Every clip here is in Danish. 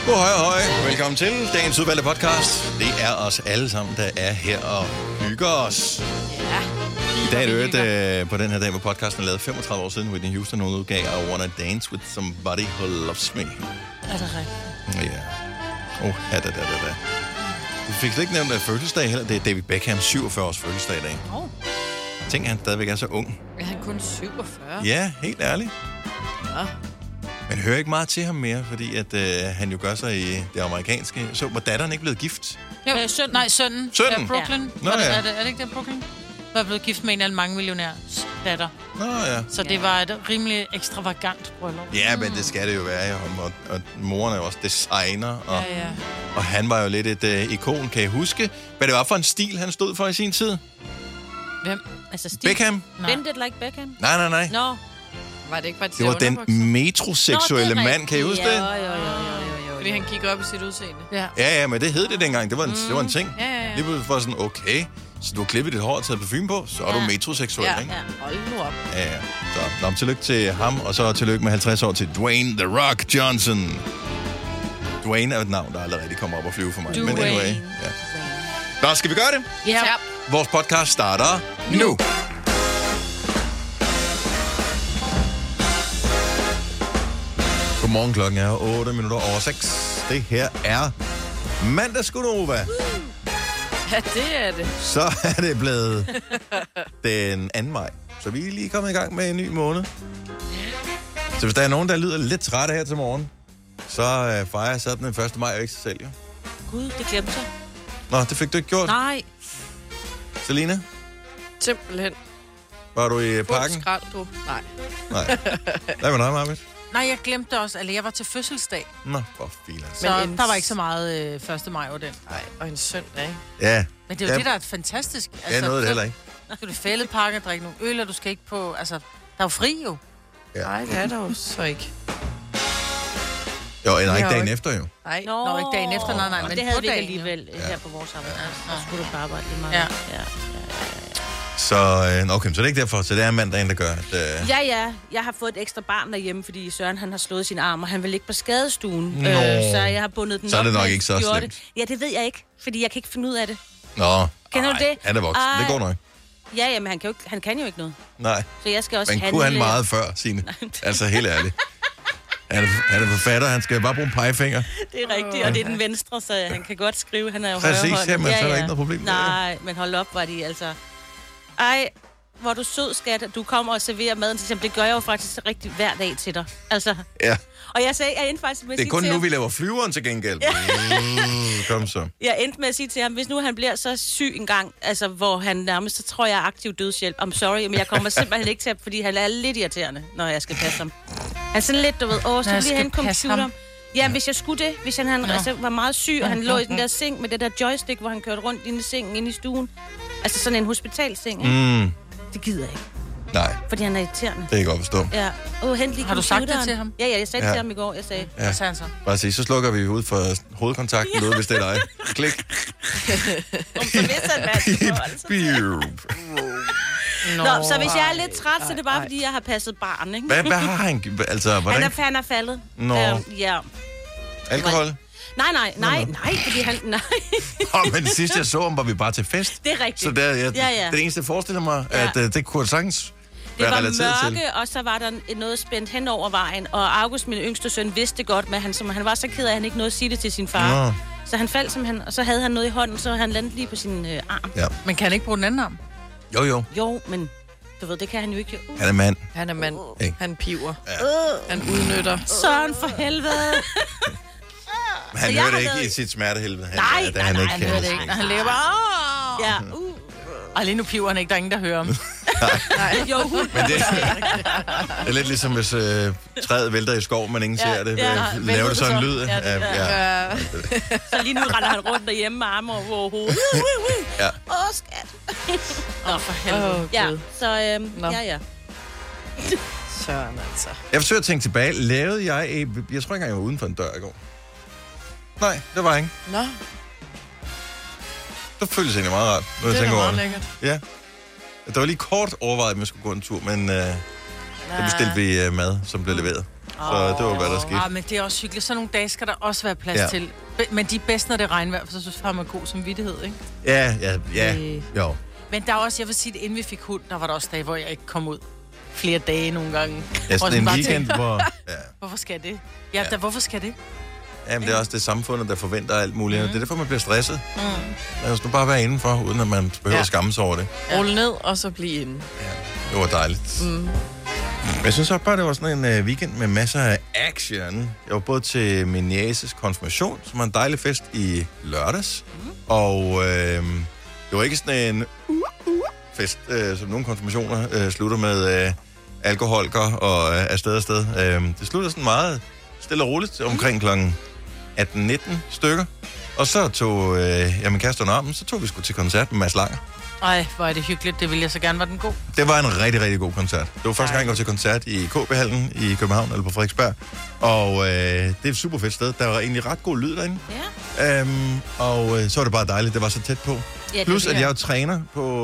God høj. Velkommen til dagens udvalgte podcast. Det er os alle sammen, der er her og hygger os. Ja. I dag er det på den her dag, hvor podcasten er lavet 35 år siden, Whitney Houston udgav I Wanna Dance With Somebody Who Loves Me. Er det rigtigt? Ja. Du fik slet ikke nævnt af fødselsdag heller. Det er David Beckhams 47 års fødselsdag i dag. Tænk, han stadigvæk er så ung. Er han kun 47? Ja, helt ærligt. Ja. Men hører ikke meget til ham mere, fordi at, han jo gør sig i det amerikanske. Så var datteren ikke blevet gift? Jo, sønnen. Sønnen? Ja, Brooklyn. Nå, Ja. ja. Er det ikke det, Brooklyn? Var blevet gift med en af mange millionærs datter. Nå ja. Så det var et rimelig ekstravagant bryllup. Ja, men det skal det jo være. Og moren er jo også designer. Og, Ja. og han var jo lidt et ikon. Kan I huske, hvad det var for en stil, han stod for i sin tid? Hvem? Altså Steve Beckham? Bend it like Beckham? Nej. Nå. Var det ikke bare Det var den metroseksuelle mand. Kan I huske det? Jo. Fordi han kigger op i sit udseende. Ja. Ja, men det hed det dengang. Det var en ting. Ja. Lige pludselig var sådan, okay, så du har klippet dit hår og taget parfume på, så er du metroseksuel, ikke? Ja, hold nu op. Ja. Så tillykke til ham, og så tillykke med 50 år til Dwayne The Rock Johnson. Dwayne er et navn, der aldrig rigtig kommer op og flyve for mig. Men anyway, ja. Nå, skal vi gøre det? Ja. Vores podcast starter nu. Godmorgen, klokken er 8:08. Det her er Mandagsgodnova. Ja, det er det. Så er det blevet den 2. maj. Så vi er lige kommet i gang med en ny måned. Så hvis der er nogen, der lyder lidt trætte her til morgen, så fejrer sådan den 1. maj og ikke sig selv, jo. Gud, det glemte jeg. Nå, det fik du ikke gjort. Nej. Selina, Simpelthen. var du i parken? Fuld skrald, du. Nej. Nej. Hvad med dig, Marvitt? Nej, jeg glemte det også. Eller jeg var til fødselsdag. Nå, for filan. Så Men der var ikke så meget 1. maj over den. Nej, og en søndag, ikke? Ja. Men det er jo det, der er fantastisk. Jeg nåede det heller ikke. Så skal du fælde pakke og drikke nogle øl, og du skal ikke på... Altså, der er jo fri jo. Ja. Nej, det er der jo så ikke. Jo, eller Vi ikke har dagen jo efter, jo. Nej. Nå, ikke dagen efter, nej, men det havde på vi ikke dagen, alligevel her på vores arbejde. Så skulle du på arbejde lige meget. Ja. Så, okay, så det er ikke derfor. Så det er mandagen, der gør, at... Ja. Jeg har fået et ekstra barn derhjemme, fordi Søren han har slået sin arm, og han vil ligge på skadestuen. Nå. Så jeg har bundet den Så er op det nok med ikke så skjorte. slemt. Ja, det ved jeg ikke, fordi jeg kan ikke finde ud af det. Nå, Kender du det? han er voksen. Det går nok. Ja, men han kan jo ikke noget. Nej, Så jeg skal også men handle... kunne han meget før, Signe? Altså, helt ærligt. Han er forfatter, han skal bare bruge en pegefinger. Det er rigtigt, og det er den venstre, så han kan godt skrive. Han er jo Præcis, højrehåndet. jamen, så er der ikke noget problem med det. Nej, men hold op, var de altså... Ej, hvor er du sød, skat, at du kommer og serverer maden til dem. Det gør jeg jo faktisk rigtig hver dag til dig. Altså... Ja, Og jeg endte faktisk med at det er sige kun til nu, ham... vi laver flyveren til gengæld. Kom så. Jeg endte med at sige til ham, hvis nu han bliver så syg en gang, altså hvor han nærmest, så tror jeg er aktiv dødshjælp. I'm sorry, men jeg kommer simpelthen ikke til, fordi han er lidt irriterende, når jeg skal passe ham. Han er sådan lidt, du ved, så jeg bliver skal han passe computer. ham. Ja, hvis jeg skulle det, hvis han altså, var meget syg, og han lå i den der seng med det der joystick, hvor han kørte rundt inde i sengen, inde i stuen. Altså sådan en hospitalseng, ikke? Det gider jeg ikke, Nej, fordi han er irriterende. det kan jeg godt forstå. Ja. Hent lige Har du sagt det computeren. til ham? Ja, jeg sagde det Ja. til ham i går. Jeg sagde, Hvad sagde han så? Bare sige, så slukker vi ud for hovedkontakten derude, hvis det er dig. Klik. så vidste han, hvad det var, altså. Nå, så hvis jeg er lidt træt, så er det bare, fordi jeg har passet barn, ikke? Hvad har han... Altså, hvordan... Han er faldet. Nå. Ja. Alkohol? Nej, fordi han... Nej, Men sidst jeg så ham, var vi bare til fest. det er rigtigt. Så der, Ja. det er det eneste, jeg forestiller mig, Ja. at det kunne sagtens Det være var relateret til. mørke, og så var der noget spændt hen over vejen, og August, min yngste søn, vidste det godt, men han var så ked af, at han ikke nåede at sige det til sin far. Nå. Så han faldt simpelthen, og så havde han noget i hånden, så han landede lige på sin arm. Ja. Men kan han ikke bruge den anden arm? Jo. Jo, men du ved, det kan han jo ikke. Han er mand. Han er mand. Ikke? Han piver. Han udnytter. Søren for helvede. Men han jeg hører har det ikke været- i sit smertehelvede. Nej, Han Han hører det ikke. Han ligger bare... Ja, Og lige nu piver han ikke. Der er ingen, der hører ham. jo, hun. Men det er lidt ligesom, hvis træet vælter i skov, men ingen ser det. ja. Laver det så en lyd? Ja, det Ja. Så lige nu render han rundt derhjemme med arme over hovedet. Ja. Skat. Nå, for helvede. Ja, så Nå. ja. Søren, altså. Jeg forsøger at tænke tilbage. Lavede jeg tror ikke engang, jeg var uden for en dør i går. Nej, det var jeg ikke. Nå, Det føles egentlig meget rart, når jeg det er tænker da over meget det. lækkert. Ja. Der var lige kort overvejet, at jeg skulle gå en tur, men Så bestilte vi mad, som blev leveret. Så det var, hvad der skete. Men det er også hyggeligt. Sådan nogle dage skal der også være plads til. Men de er bedst, når det er regnvejr, for så synes jeg, man god som vittighed, ikke? Ja, jo. Men der er også, jeg vil sige, at inden vi fik hund, der var der også dage, hvor jeg ikke kom ud flere dage nogle gange. Ja, sådan en weekend, hvor... Ja. Hvorfor skal det? Ja, hvorfor skal det? Jamen, det er også det samfundet, der forventer alt muligt. Det er derfor, man bliver stresset. Lad os nu bare være indenfor, uden at man behøver at skamme sig over det. Rulle ned, og så blive inde. Ja, det var dejligt. Men jeg synes også bare, det var sådan en weekend med masser af action. Jeg var både til min jæses konfirmation, som var en dejlig fest i lørdags. Og det var ikke sådan en fest, som nogle konfirmationer slutter med alkoholker og afsted. Det slutter sådan meget stille og roligt omkring kl. 18-19 stykker. Og så tog jeg min kæreste under armen, så tog vi sgu til koncert med Mads Langer. Ej, hvor er det hyggeligt. Det ville jeg så gerne. Var den god? Det var en rigtig, rigtig god koncert. Det var første gang, jeg går til koncert i KB-hallen i København, eller på Frederiksberg. Og det er et super fedt sted. Der var egentlig ret god lyd derinde. Ja. Og så var det bare dejligt. Det var så tæt på. Ja, Plus, at jeg er jo træner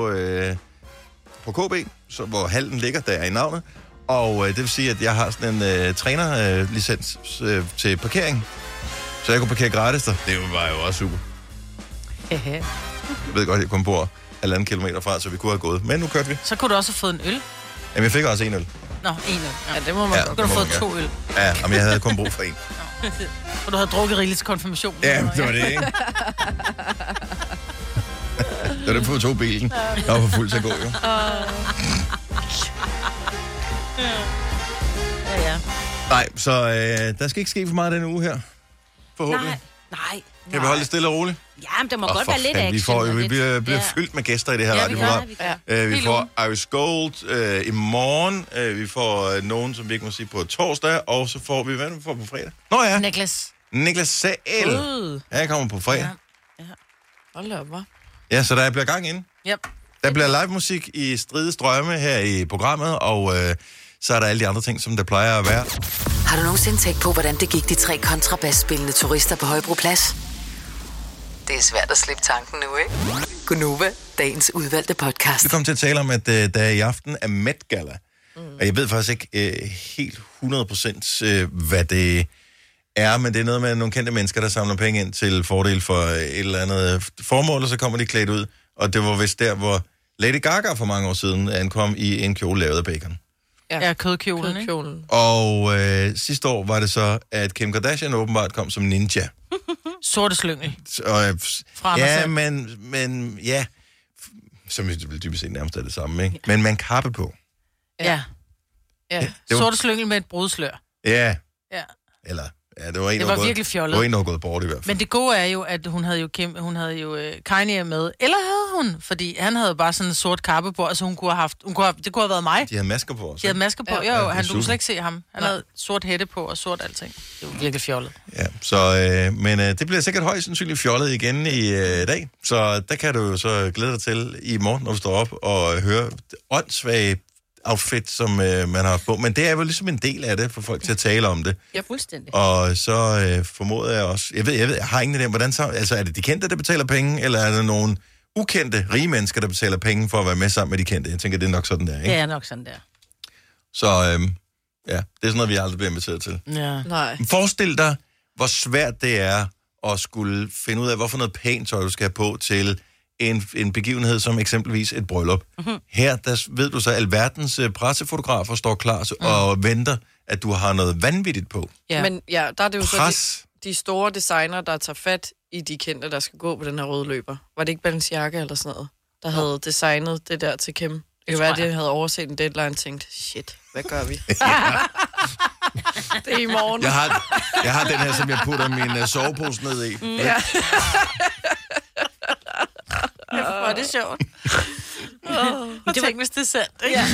på KB, hvor hallen ligger der i navnet. Og det vil sige, at jeg har sådan en trænerlicens til parkering. Så jeg kunne parkere gratis der. Det var jo også super. Jeg ved godt, at jeg kom på 1,5 kilometer fra, så vi kunne have gået. Men nu kørte vi. Så kunne du også have fået en øl. Jamen, jeg fik også en øl. Nå, en øl. Ja, det må man godt. Så kunne du have fået 2 øl. Ja, men jeg havde kun brug for en. Og du havde drukket rigeligt til konfirmation. Ja, det var det, ikke? Det var det på 2 bilen. Jeg var for fuld til at gå, jo. Ja. Nej, så der skal ikke ske for meget denne uge her. Forhåbentlig. Nej. Kan vi holde det stille og roligt? Ja, men der må godt være lidt action. Vi bliver fyldt med gæster i det her radioprogram. Vi får Iris Gold i morgen. Vi får nogen, som vi ikke må sige på torsdag. Og så får vi, hvad vi får på fredag? Nå ja. Niklas Sael. Han kommer på fredag. Ja. Hold op, hva'? Ja, så der bliver gang ind. Yep. Der bliver live musik i Stride Strømme her i programmet, og så er der alle de andre ting, som der plejer at være. Har du nogensinde tænkt på, hvordan det gik de 3 kontrabasspillende turister på Højbroplads? Det er svært at slippe tanken nu, ikke? Gunova, dagens udvalgte podcast. Vi kommer til at tale om, at der i aften er Met Gala. Og jeg ved faktisk ikke helt 100% hvad det er, men det er noget med nogle kendte mennesker, der samler penge ind til fordel for et eller andet formål, og så kommer de klædt ud. Og det var vist der, hvor Lady Gaga for mange år siden ankom i en kjole lavet af bacon. Ja, kødkjolen, ikke? Og sidste år var det så, at Kim Kardashian åbenbart kom som ninja. Sorte slyngel. Ja, men ja, som dybest set nærmest er det samme, ikke? Men man kappe på. Ja. Sorte slyngel med et brudslør. Ja. Ja. Eller, ja, det var en, det var virkelig fjollet. Det var en, der var gået bort i hvert fald. Men det gode er jo, at hun havde jo Kanye med. Eller havde hun? Fordi han havde bare sådan en sort kappe på, altså hun kunne have det kunne have været mig. De havde masker på også. De havde masker på, jo. Han du slet ikke se ham. Han havde sort hætte på og sort alting. Det var virkelig fjollet. Ja, så, men det bliver sikkert højst sandsynligt fjollet igen i dag. Så der kan du jo så glæde dig til i morgen, når du står op og hører åndssvage outfit, som man har på. Men det er jo ligesom en del af det, for folk til at tale om det. Ja, fuldstændig. Og så formoder jeg også... Jeg ved, jeg har ingen af dem. Hvordan så... Altså, er det de kendte, der betaler penge, eller er det nogle ukendte, rige mennesker, der betaler penge for at være med sammen med de kendte? Jeg tænker, det er nok sådan der, ikke? Det er nok sådan der. Så ja, det er sådan noget, vi aldrig bliver inviteret til. Ja. Nej. Forestil dig, hvor svært det er at skulle finde ud af, hvorfor noget pænt tøj, du skal have på til en begivenhed som eksempelvis et bryllup. Mm-hmm. Her, der ved du så, at alverdens pressefotografer står klar og venter, at du har noget vanvittigt på. Ja. Men ja, der er det jo Pres. så de store designer, der tager fat i de kendte, der skal gå på den her røde løber. Var det ikke Balenciaga eller sådan noget, der havde designet det der til Kim? Det kan være, at de havde overset en deadline og tænkt, shit, hvad gør vi? Det er i morgen. Jeg har den her, som jeg putter min sovepose ned i. Ja. Hvor er det sjovt. Tænk, hvis det er sandt, ikke? Ja.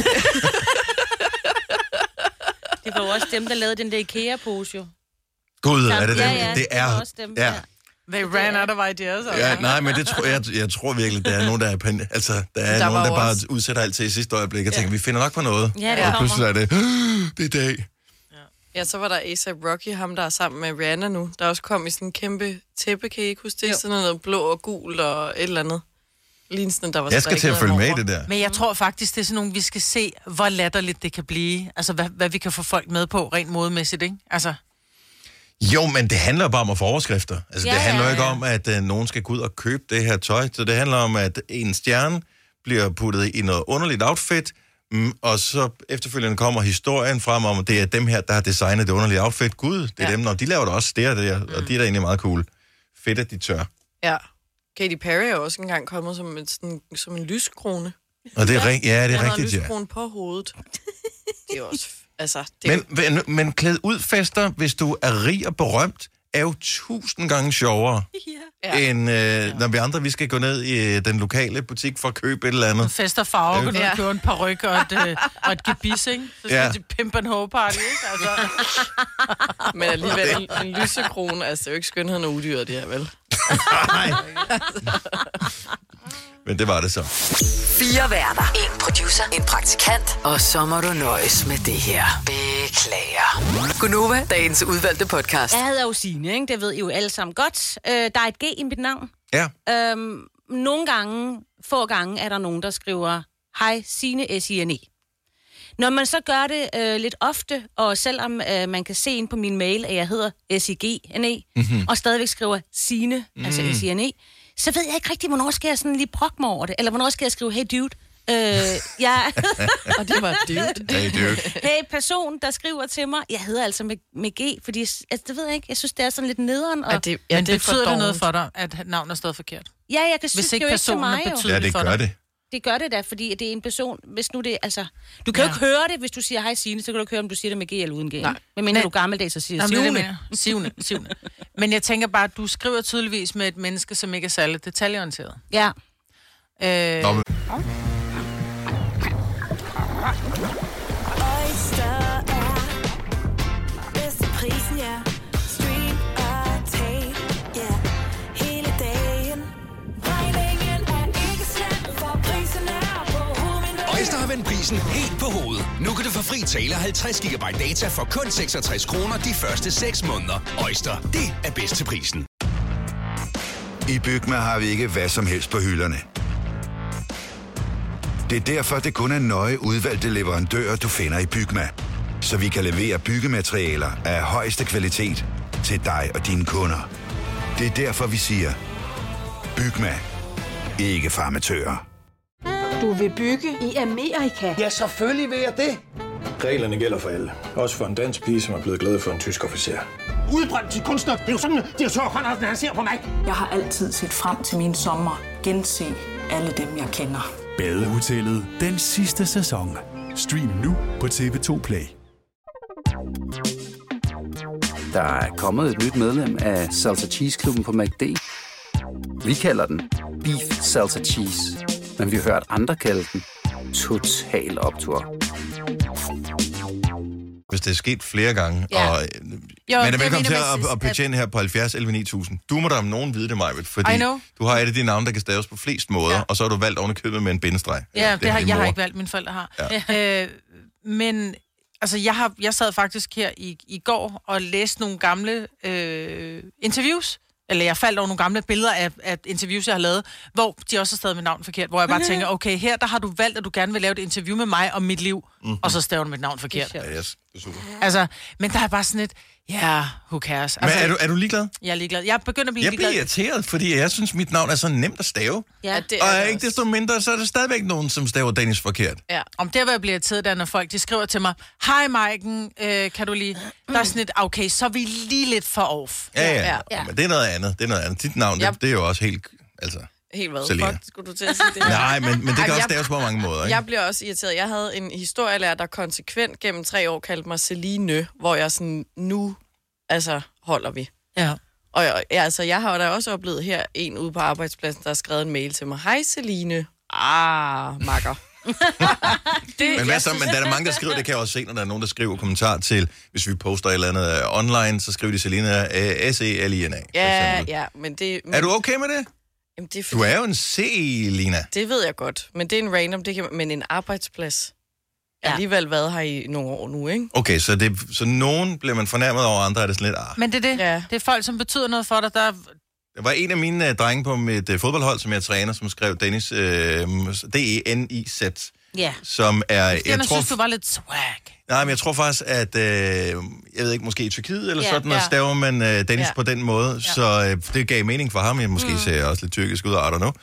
Det var jo også dem, der lavede den der IKEA-pose, jo. Gud, er det dem? Ja, det er også dem. Ja. They ran out of ideas. Ja, nej, men det jeg tror virkelig, der er nogen, der er altså, der er nogen, der bare udsætter alt til i sidste øjeblik og tænker, vi finder nok på noget. Ja, det og pludselig er det, det er dag. Ja, så var der A$AP Rocky, ham der er sammen med Rihanna nu, der også kom i sådan en kæmpe tæppe, kan I ikke huske det? Sådan noget blå og gul og et eller andet. Lignende, der var Jeg skal til at følge med i det der. Men jeg tror faktisk, det er sådan nogle, vi skal se, hvor latterligt det kan blive. Altså, hvad vi kan få folk med på, rent modemæssigt, ikke? Altså... Jo, men det handler bare om at få overskrifter. Altså, det handler jo ikke om, at nogen skal gå ud og købe det her tøj. Så det handler om, at en stjerne bliver puttet i noget underligt outfit, og så efterfølgende kommer historien frem om, at det er dem her, der har designet det underlige outfit. Gud, det er dem, når de laver det også der, og de er da egentlig meget cool. Fedt, at de tør. Ja. Katy Perry er også engang kommet som en lyskrone. Og det er rigtigt, ja, det er rigtigt, ja. Lyskrone på hovedet. Det er også... Altså, det men klæd ud fester, hvis du er rig og berømt, er jo 1000 gange sjovere, end når vi andre, vi skal gå ned i den lokale butik for at købe et eller andet. Fester farver, kan du købe en paryk og et gebis, ikke? Så skal til pimp and hoe party, ikke? Altså. Men alligevel en lysekrone, altså det er jo ikke skønheden og udyret, det her, vel? Nej. Men det var det så. 4 værter. 1 producer. 1 praktikant. Og så må du nøjes med det her. Beklager. Gunova, dagens udvalgte podcast. Jeg hedder jo Signe, ikke? Det ved I jo alle sammen godt. Der er et G i mit navn. Ja. Nogle gange, få gange, er der nogen, der skriver, hej, Signe, S-I-N-E. Når man så gør det lidt ofte, og selvom man kan se ind på min mail, at jeg hedder S-I-G-N-E, og stadigvæk skriver Signe, altså S-I-N-E, så ved jeg ikke rigtig, hvornår skal jeg sådan lige brokke mig over det, eller hvornår skal jeg skrive, hey dude, og det var dude. Hey dude. Hey person, der skriver til mig, jeg hedder altså med G, fordi, altså det ved jeg ikke, jeg synes, det er sådan lidt nederen. Og... Men betyder det noget for dig, at navnet er stadig forkert? Ja, jeg kan synes, det jo ikke til mig, jo. Ja, det gør det. Det gør det da, fordi det er en person, hvis nu det, altså... Du kan jo ikke høre det, hvis du siger hej Signe, så kan du ikke høre, om du siger det med G eller uden G. Nej. Men mindre du er gammeldags, så siger Signe. Sivne. Men jeg tænker bare, at du skriver tydeligvis med et menneske, som ikke er særligt detaljeorienteret. Ja. Øjster har vendt prisen helt på hovedet. Nu kan du få fri tale 50 GB data for kun 66 kroner de første 6 måneder. Øjster, det er bedst til prisen. I Bygma har vi ikke hvad som helst på hylderne. Det er derfor, det kun er nøje udvalgte leverandører, du finder i Bygma. Så vi kan levere byggematerialer af højeste kvalitet til dig og dine kunder. Det er derfor, vi siger, Bygma. Ikke farmatører. Du vil bygge i Amerika? Ja, selvfølgelig vil jeg det. Reglerne gælder for alle. Også for en dansk pige, som er blevet glad for en tysk officer. Udbrændt til kunstner. Det er jo sådan, at direktør Conradsen, han ser på mig. Jeg har altid set frem til min sommer. Gense alle dem, jeg kender. Badehotellet den sidste sæson. Stream nu på TV2 Play. Der er kommet et nyt medlem af Salsa Cheese Klubben på McD. Vi kalder den Beef Salsa Cheese, men vi har hørt andre kalde den Total Optur. Hvis det er sket flere gange, Ja. og... Jo, men er velkommen til at pitche ind her på 70 11 9000. Du må da om nogen vide det, Majbet, fordi du har et af de navne, der kan staves på flest måder, og så har du valgt oven i købet med en bindestreg. Ja, jeg har ikke valgt, mine forældre har. Ja. Men altså, jeg sad faktisk her i går og læste nogle gamle interviews. Eller jeg faldt over nogle gamle billeder af interviews, jeg har lavet, hvor de også har stadig mit navn forkert. Hvor jeg bare tænker, okay, her der har du valgt, at du gerne vil lave et interview med mig om mit liv, og så staver du mit navn forkert. Ja, yes, det er super. Altså, men der er bare sådan et, who cares? Altså, Men er du ligeglad? Jeg er ligeglad. Jeg begynder at blive ligeglad. Jeg bliver irriteret, fordi jeg synes, mit navn er så nemt at stave. Ja, det er Og ikke desto mindre, så er der stadigvæk nogen, som staver Dennis forkert. Ja. Om der, hvor jeg bliver irriteret, der når folk, de skriver til mig, hej Maiken, kan du lige... Der er sådan et, okay, så er vi lige lidt for off. Ja. Men det er noget andet. Dit navn, det er jo også helt... Altså, helt hvad? Selina. Fuck, skulle du til at sige det? Nej, men det kan også staves på mange måder, ikke? Jeg bliver også irriteret. Jeg havde en historielærer, der konsekvent gennem 3 år kaldte mig Celine, hvor jeg sådan, nu holder vi. Ja. Og jeg har jo da også oplevet her en ude på arbejdspladsen, der har skrevet en mail til mig. Hej Celine. Makker. Men hvad så? Men der er mange, der skriver, det kan jeg også se, når der er nogen, der skriver kommentar til, hvis vi poster et eller andet online, så skriver de Selina S-E-L-I-N-A. Ja, men det... Er du okay med det? Jamen, det er Du er jo en C-Lina. Det ved jeg godt, men det er en random, men en arbejdsplads. Jeg har alligevel været her i nogle år nu, ikke? Okay, så nogen bliver man fornærmet over, andre er det sådan lidt, Men det er det. Ja. Det er folk, som betyder noget for dig, der... Der var en af mine drenge på mit fodboldhold, som jeg træner, som skrev Dennis, D-E-N-I-Z. Ja. Som er... Jeg synes, du var lidt swag. Nej, men jeg tror faktisk, at... jeg ved ikke, måske i Tyrkiet eller sådan noget, staver man Dennis på den måde. Ja. Så det gav mening for ham. Jeg måske ser jeg også lidt tyrkisk ud, I don't know.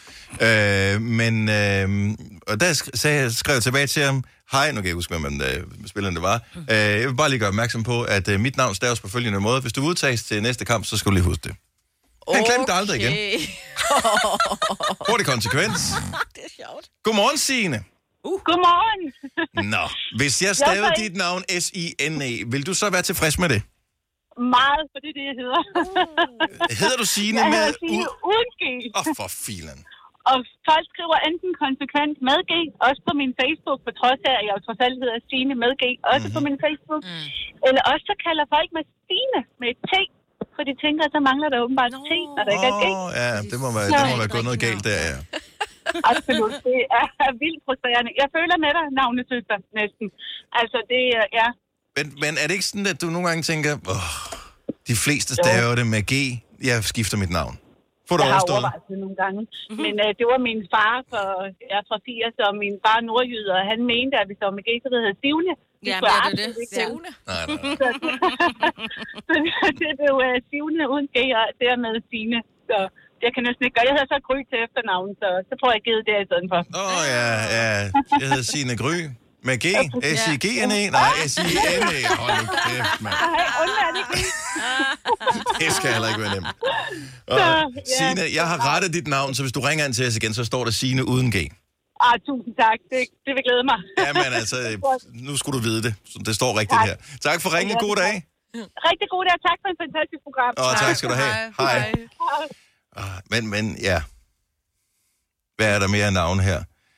Og der skrev jeg tilbage til ham, hej, nu kan jeg huske, hvad spilleren det var. Jeg vil bare lige gøre opmærksom på, at mit navn staves på følgende måde. Hvis du udtages til næste kamp, så skal du lige huske det. Han glemte det aldrig igen. Hurtig konsekvens. Det er sjovt. Godmorgen, Signe. Godmorgen. Nå, hvis jeg stavede dit navn S-I-N-E, vil du så være tilfreds med det? Meget, for det er det, jeg hedder. Hedder du Signe med... Jeg hedder Signe uden G. For filen. Og folk skriver enten konsekvent med G, også på min Facebook, på trods af, at jeg jo trods alt hedder Signe med G, også på min Facebook. Eller også så kalder folk mig Signe med et T, for de tænker, at så mangler der åbenbart T, når der ikke er G. Ja, det må være gået noget galt der, ja. Absolut, det er vildt frustrerende. Jeg føler med dig, navnesøster, næsten. Altså, det er, ja. Men er det ikke sådan, at du nogle gange tænker, de fleste staver det med G, jeg skifter mit navn? Får du overstået? Jeg har overvejet det nogle gange. Men det var min far fra 80, og min far nordjyde, og han mente, at hvis der var med G, så hedder Sivne. Ja, men er det det? Sivne? Nej. Så det blev Sivne uden G, og dermed Signe. Så jeg kan næsten ikke gøre. Jeg hedder så Gry til efternavn, så tror jeg, jeg givet det i stedet for. Ja. Jeg hedder Signe Gry. Med G? S-I-G-N-E? Nej, S-I-N-E. Hold nu kæft, mand. Nej, undværende G. Det skal heller ikke være nemt. Signe, jeg har rettet dit navn, så hvis du ringer ind til os igen, så står der Signe uden G. Tusind tak. Det vil glæde mig. Jamen altså, nu skulle du vide det. Så det står rigtigt her. Tak for ringen. God dag. Rigtig god dag. Tak for et fantastisk program. Tak skal du have. Hej. Men ja. Hvad er der mere navn her?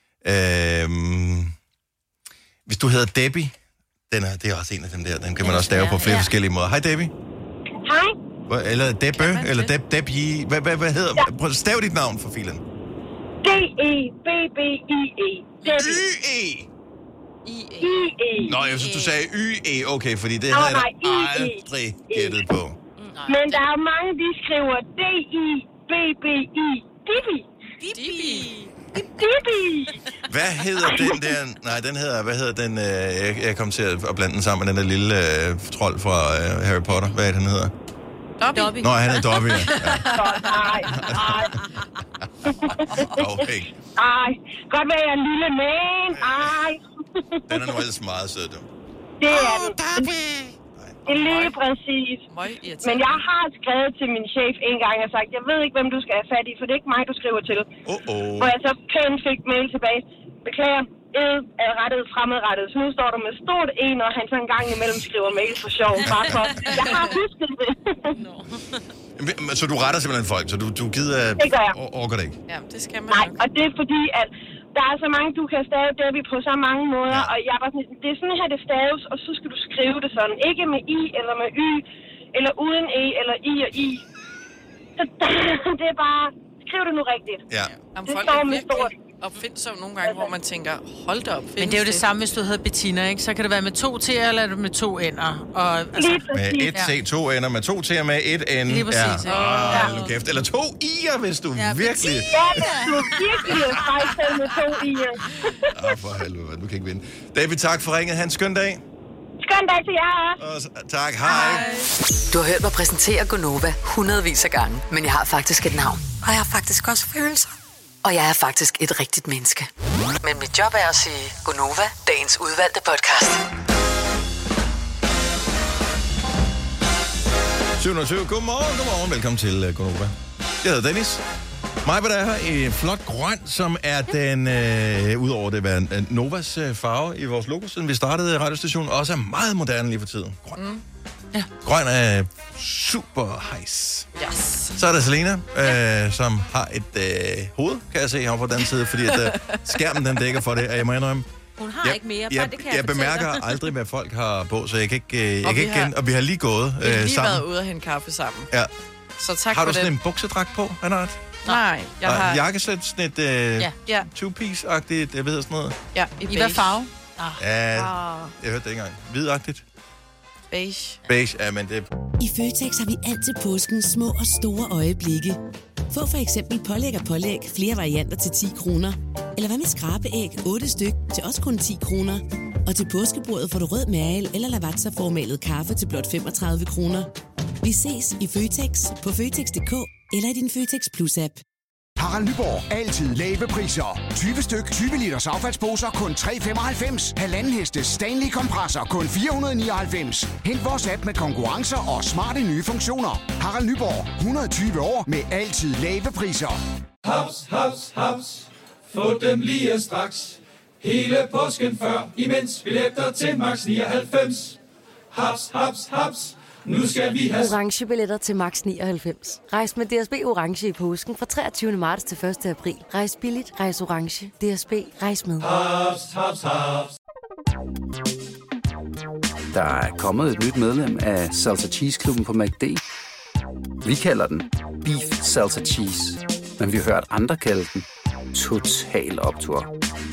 Hvis du hedder Debbie, det er også en af dem der. Den kan man også stave på flere forskellige måder. Hej Debbie. Hej. Eller Debbe, eller Debbie. Hvad hedder? Prøv at stave dit navn for filen. D-E-B-B-I-E. Y-E. I-E. Nå, jeg synes, du sagde Y-E. Okay, fordi det havde jeg aldrig gættet på. Men der er mange, de skriver D-I-B-B-I. Dibbi. Hvad hedder den der... Nej, den hedder... Hvad hedder den... Jeg kom til at blande den sammen med den der lille trold fra Harry Potter. Hvad er det, den hedder? Dobby. Nå, han er Dobby, ja. Nej. Okay. Ej, godt være jeg er en lille man. Ej. Den er nu ellers meget sød, du. Det er det. Dobby. Det er lige præcis. Men jeg har skrevet til min chef en gang og sagt, jeg ved ikke, hvem du skal have fat i, for det er ikke mig, du skriver til. Hvor jeg så pænt fik mail tilbage. Beklager, er rettet fremadrettet. Så nu står der med stort en, og han så en gang imellem skriver mail for sjov. Bare for, jeg har husket det. Så du retter simpelthen folk, så du gider... Det gør jeg. Orker det ikke? Ja, det skal man. Nej, og det er fordi, at der er så mange, du kan stave Debbie på så mange måder, og jeg var sådan, det er sådan her, det staves, og så skal du skrive det sådan. Ikke med I, eller med Y, eller uden E, eller I og I. Så det er bare, skriv det nu rigtigt. Ja. Det står med stort. Opfindsom nogle gange, hvor man tænker, hold da op. Men det er jo det samme, hvis du hedder Bettina, ikke? Så kan det være med 2 T'er, eller med 2 N'er. Og, altså, med 1 T, 2 N'er, med 2 T'er, med 1 N. Lige præcis. Kæft. Eller 2 I'er, hvis du virkelig... Ja, du virkelig er selv med 2 I'er. For helvede, du kan ikke vinde. David, tak for ringet. Ha' en skøn dag. Skøn dag til jer. Og tak, hej. Du har hørt mig præsentere Gonova hundredvis af gange, men jeg har faktisk et navn. Og jeg har faktisk også følelser. Og jeg er faktisk et rigtigt menneske. Men mit job er at sige Gonova, dagens udvalgte podcast. 720. Godmorgen. Velkommen til Gonova. Jeg hedder Dennis. Majbert er her i flot grøn, som er den, udover det være Novas farve i vores logo, siden vi startede radiostationen, også er meget moderne lige for tiden. Grøn. Ja. Grøn er super hejs. Yes. Så er der Selena, som har et hoved, kan jeg se her på den side, fordi at, skærmen den dækker for det, og jeg må indrømme. Hun har ikke mere, det kan jeg bemærker aldrig, hvad folk har på, så jeg kan ikke, og vi har lige gået sammen. Vi har lige været ude og hente kaffe sammen. Ja. Så tak har for du sådan en buksedragt på, Annette? Nej, jeg har... Jakkesæt, sådan et two-piece-agtigt, jeg ved sådan noget. Ja, i hvad farve? Ja, jeg hørte det ikke engang. Hvidagtigt. Beige. Beige, ja, men det... I Føtex har vi altid påsken små og store øjeblikke. Få for eksempel pålæg og pålæg flere varianter til 10 kroner. Eller hvad med skrabeæg 8 styk til også kun 10 kroner. Og til påskebordet får du rød mal eller lavatserformalet kaffe til blot 35 kroner. Vi ses i Føtex på Føtex.dk eller i din Føtex Plus-app. Harald Nyborg. Altid lave priser. 20 styk, 20 liters affaldsposer kun 3,95. Halvanden hestes Stanley kompresser kun 499. Hent vores app med konkurrencer og smarte nye funktioner. Harald Nyborg. 120 år med altid lave priser. Haps, haps, haps. Få dem lige straks. Hele påsken før, imens billetter til max 99. Haps, haps, haps. Nu skal vi have orange billetter til max 99. Rejs med DSB orange i påsken fra 23. marts til 1. april. Rejs billigt, rejs orange. DSB, rejs med. Haps, haps, haps. Der er kommet et nyt medlem af Salsa Cheese Klubben på McD. Vi kalder den Beef Salsa Cheese, men vi har hørt andre kalde den Total Optur.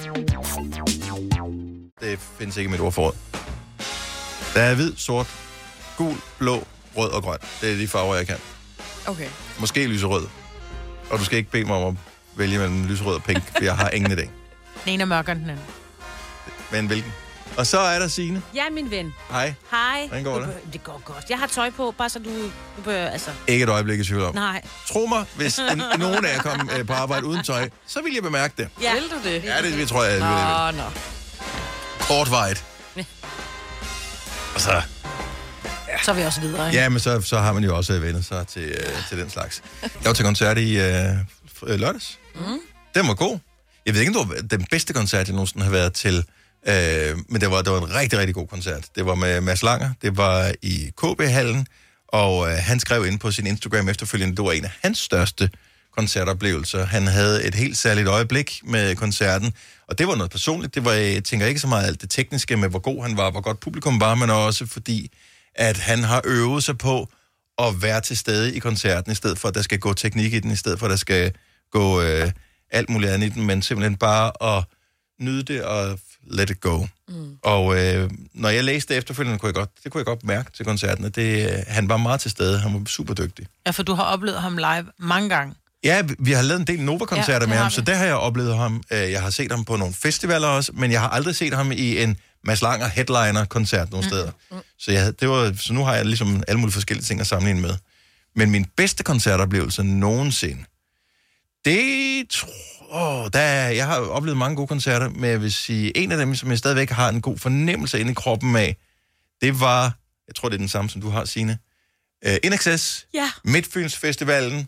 Det findes ikke i mit ordforråd. Der er hvid, sort, gul, blå, rød og grøn. Det er de farver, jeg kan. Okay. Måske lyserød. Og du skal ikke bede mig om at vælge mellem lyserød og pink, for jeg har ingen idé. Den ene er mørkere end den anden. Men hvilken? Og så er der Signe. Ja, min ven. Hej. Hej. Hvordan går det? Det går godt. Jeg har tøj på, bare så du bør, altså... Ikke et øjeblik i tvivl om. Nej. Tro mig, hvis nogen af jer kom på arbejde uden tøj, så vil jeg bemærke det. Ja. Vil du det? Ja, det tror jeg. Nå. Kortvejt. Og så... Så er vi også videre, ikke? Ja, men så har man jo også vendt sig til den slags. Jeg var til koncert i lørdags. Den var god. Jeg ved ikke, om det var den bedste koncert, jeg nogensinde har været til. Men det var en rigtig, rigtig god koncert. Det var med Mads Langer. Det var i KB-hallen. Og han skrev ind på sin Instagram efterfølgende, det var en af hans største koncertoplevelser. Han havde et helt særligt øjeblik med koncerten. Og det var noget personligt. Det var, jeg tænker ikke så meget alt det tekniske med, hvor god han var, hvor godt publikum var, men også fordi at han har øvet sig på at være til stede i koncerten, i stedet for, at der skal gå teknik i den, i stedet for, at der skal gå alt muligt andet i den, men simpelthen bare at nyde det og let it go. Og når jeg læste det efterfølgende, kunne jeg godt mærke til koncerten, at han var meget til stede. Han var super dygtig. Ja, for du har oplevet ham live mange gange. Ja, vi har lavet en del Nova-koncerter med ham, så der har jeg oplevet ham. Jeg har set ham på nogle festivaler også, men jeg har aldrig set ham i en Mads Langer headliner-koncert nogle steder. Så nu har jeg ligesom alle mulige forskellige ting at sammenligne med. Men min bedste koncertoplevelse nogensinde, jeg har oplevet mange gode koncerter, men jeg vil sige, en af dem, som jeg stadigvæk har en god fornemmelse inde i kroppen af, det var, jeg tror, det er den samme, som du har, Signe, InXS, ja. Midtfyns Festivalen,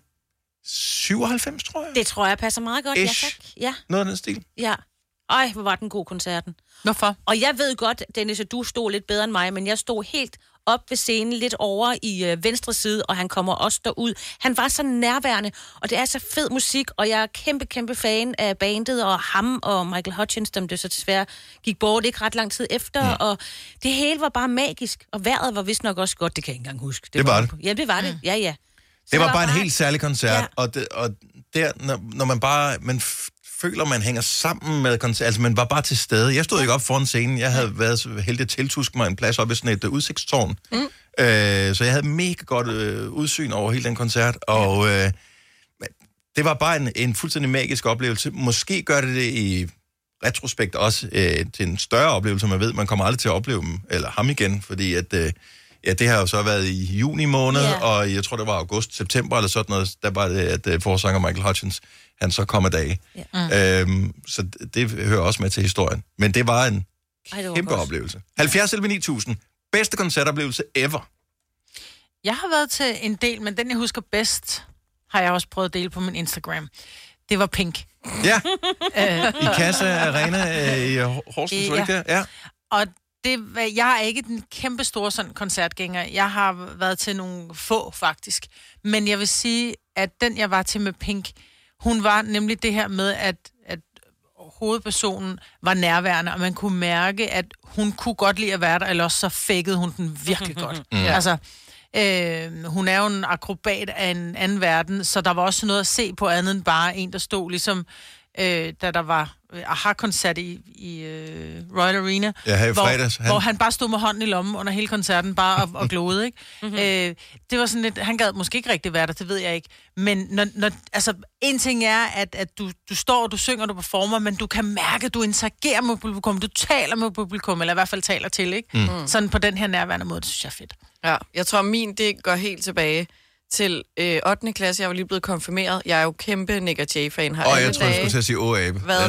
97, tror jeg. Det tror jeg passer meget godt, ja tak. Ja. Noget af den stil. Ja. Ej, hvor var den god koncerten. Hvorfor? Og jeg ved godt, Dennis, at du stod lidt bedre end mig, men jeg stod helt op ved scenen, lidt over i venstre side, og han kommer også derud. Han var så nærværende, og det er så fed musik, og jeg er kæmpe fan af bandet, og ham og Michael Hutchins, dem det så desværre gik bort ikke ret lang tid efter, og det hele var bare magisk, og vejret var vist nok også godt, det kan jeg ikke engang huske. Det var det. Ja, det var det, ja. Så det var bare en helt særlig koncert, og der, når man bare... føler, man hænger sammen med koncert. Altså, man var bare til stede. Jeg stod ikke op foran scenen. Jeg havde været så heldig at tiltuske mig en plads op i sådan et udsigtstårn. Så jeg havde mega godt udsyn over hele den koncert. Og det var bare en fuldstændig magisk oplevelse. Måske gør det i retrospekt også til en større oplevelse. Man ved, man kommer aldrig til at opleve dem, eller ham igen, fordi at... det har jo så været i juni måned, og jeg tror, det var august, september eller sådan noget, der var det, at forsanger Michael Hutchins, han så kom af dage. Så det hører også med til historien. Men det var en kæmpe oplevelse. 70-9000. Bedste koncertoplevelse ever. Jeg har været til en del, men den jeg husker bedst, har jeg også prøvet at dele på min Instagram. Det var Pink. Ja, i Casa Arena i Horsens, var det ikke der? Ja. Og jeg er ikke den kæmpe store sådan koncertgænger. Jeg har været til nogle få, faktisk. Men jeg vil sige, at den, jeg var til med Pink, hun var nemlig det her med, at hovedpersonen var nærværende, og man kunne mærke, at hun kunne godt lide at være der, eller også så fækkede hun den virkelig godt. Altså, hun er jo en akrobat af en anden verden, så der var også noget at se på andet end bare en, der stod ligesom da der var AHA-koncert i Royal Arena, ja, her i fredags, hvor han bare stod med hånden i lommen under hele koncerten, bare og glodede, ikke? Mm-hmm. Det var sådan lidt, han gad måske ikke rigtig være der, det ved jeg ikke. Men når altså, en ting er, at du står, du synger, du performer, men du kan mærke, at du interagerer med publikum, du taler med publikum, eller i hvert fald taler til, ikke? Mm. Sådan på den her nærværende måde, det synes jeg er fedt. Ja, jeg tror, det går helt tilbage til 8. klasse. Jeg var lige blevet konfirmeret. Jeg er jo kæmpe Nick og Jay-fan. Jeg tror, jeg skulle til at sige Abe. Hvad?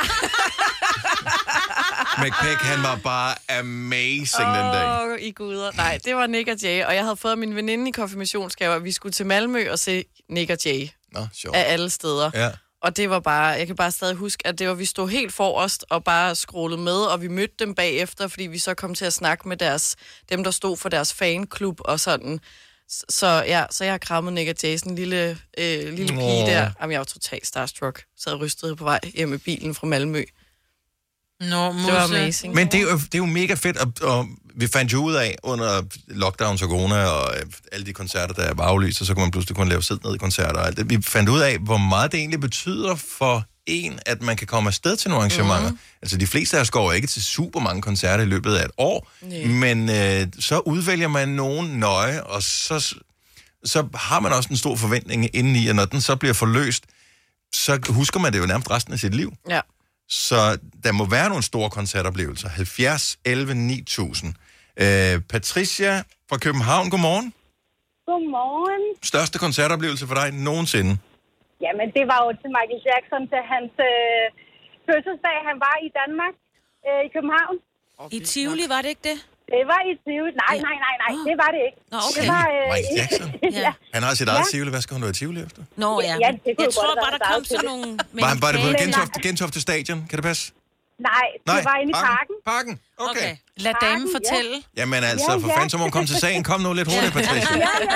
McPeck, han var bare amazing den dag. I guder. Nej, det var Nick og Jay, og jeg havde fået min veninde i konfirmationsgave, at vi skulle til Malmø og se Nick og Jay. Nå, sjovt. Af alle steder. Ja. Og det var bare, jeg kan bare stadig huske, at det var, vi stod helt forrest og bare scrollede med, og vi mødte dem bagefter, fordi vi så kom til at snakke med dem, der stod for deres fanklub og sådan. Så jeg har krammet Nick og Jason, lille pige der. Jamen, jeg var totalt starstruck. Sad og rystede på vej hjem i bilen fra Malmø. Det var amazing. Men det er jo mega fedt, og vi fandt jo ud af under lockdown, så corona og alle de koncerter, der var aflyst, og så kunne man pludselig kun lave sidde ned i koncerter og alt det. Vi fandt ud af, hvor meget det egentlig betyder for at man kan komme afsted til nogle arrangementer. Altså, de fleste af os går ikke til super mange koncerter i løbet af et år, men så udvælger man nogen nøje, og så har man også en stor forventning indeni, og når den så bliver forløst, så husker man det jo nærmest resten af sit liv. Ja. Så der må være nogle store koncertoplevelser. 70, 11, 9000. Patricia fra København, godmorgen. Godmorgen. Største koncertoplevelse for dig nogensinde? Jamen, det var jo til Michael Jackson, til hans fødselsdag. Han var i Danmark, i København. I Tivoli, var det ikke det? Det var i Tivoli. Nej, det var det ikke. Nå, okay. Det var, Michael Jackson? Ja. Han har sit eget Tivoli. Hvad skal hun være i Tivoli efter? Nå, ja. Jeg tror bare, der kom sådan nogle... Var det på Gentofte Stadion? Kan det passe? Nej, det var inde i parken. Parken? Okay. Lad damen fortælle. Jamen altså, for fanden, så må hun komme til sagen. Kom nu lidt hurtigt, Patricia.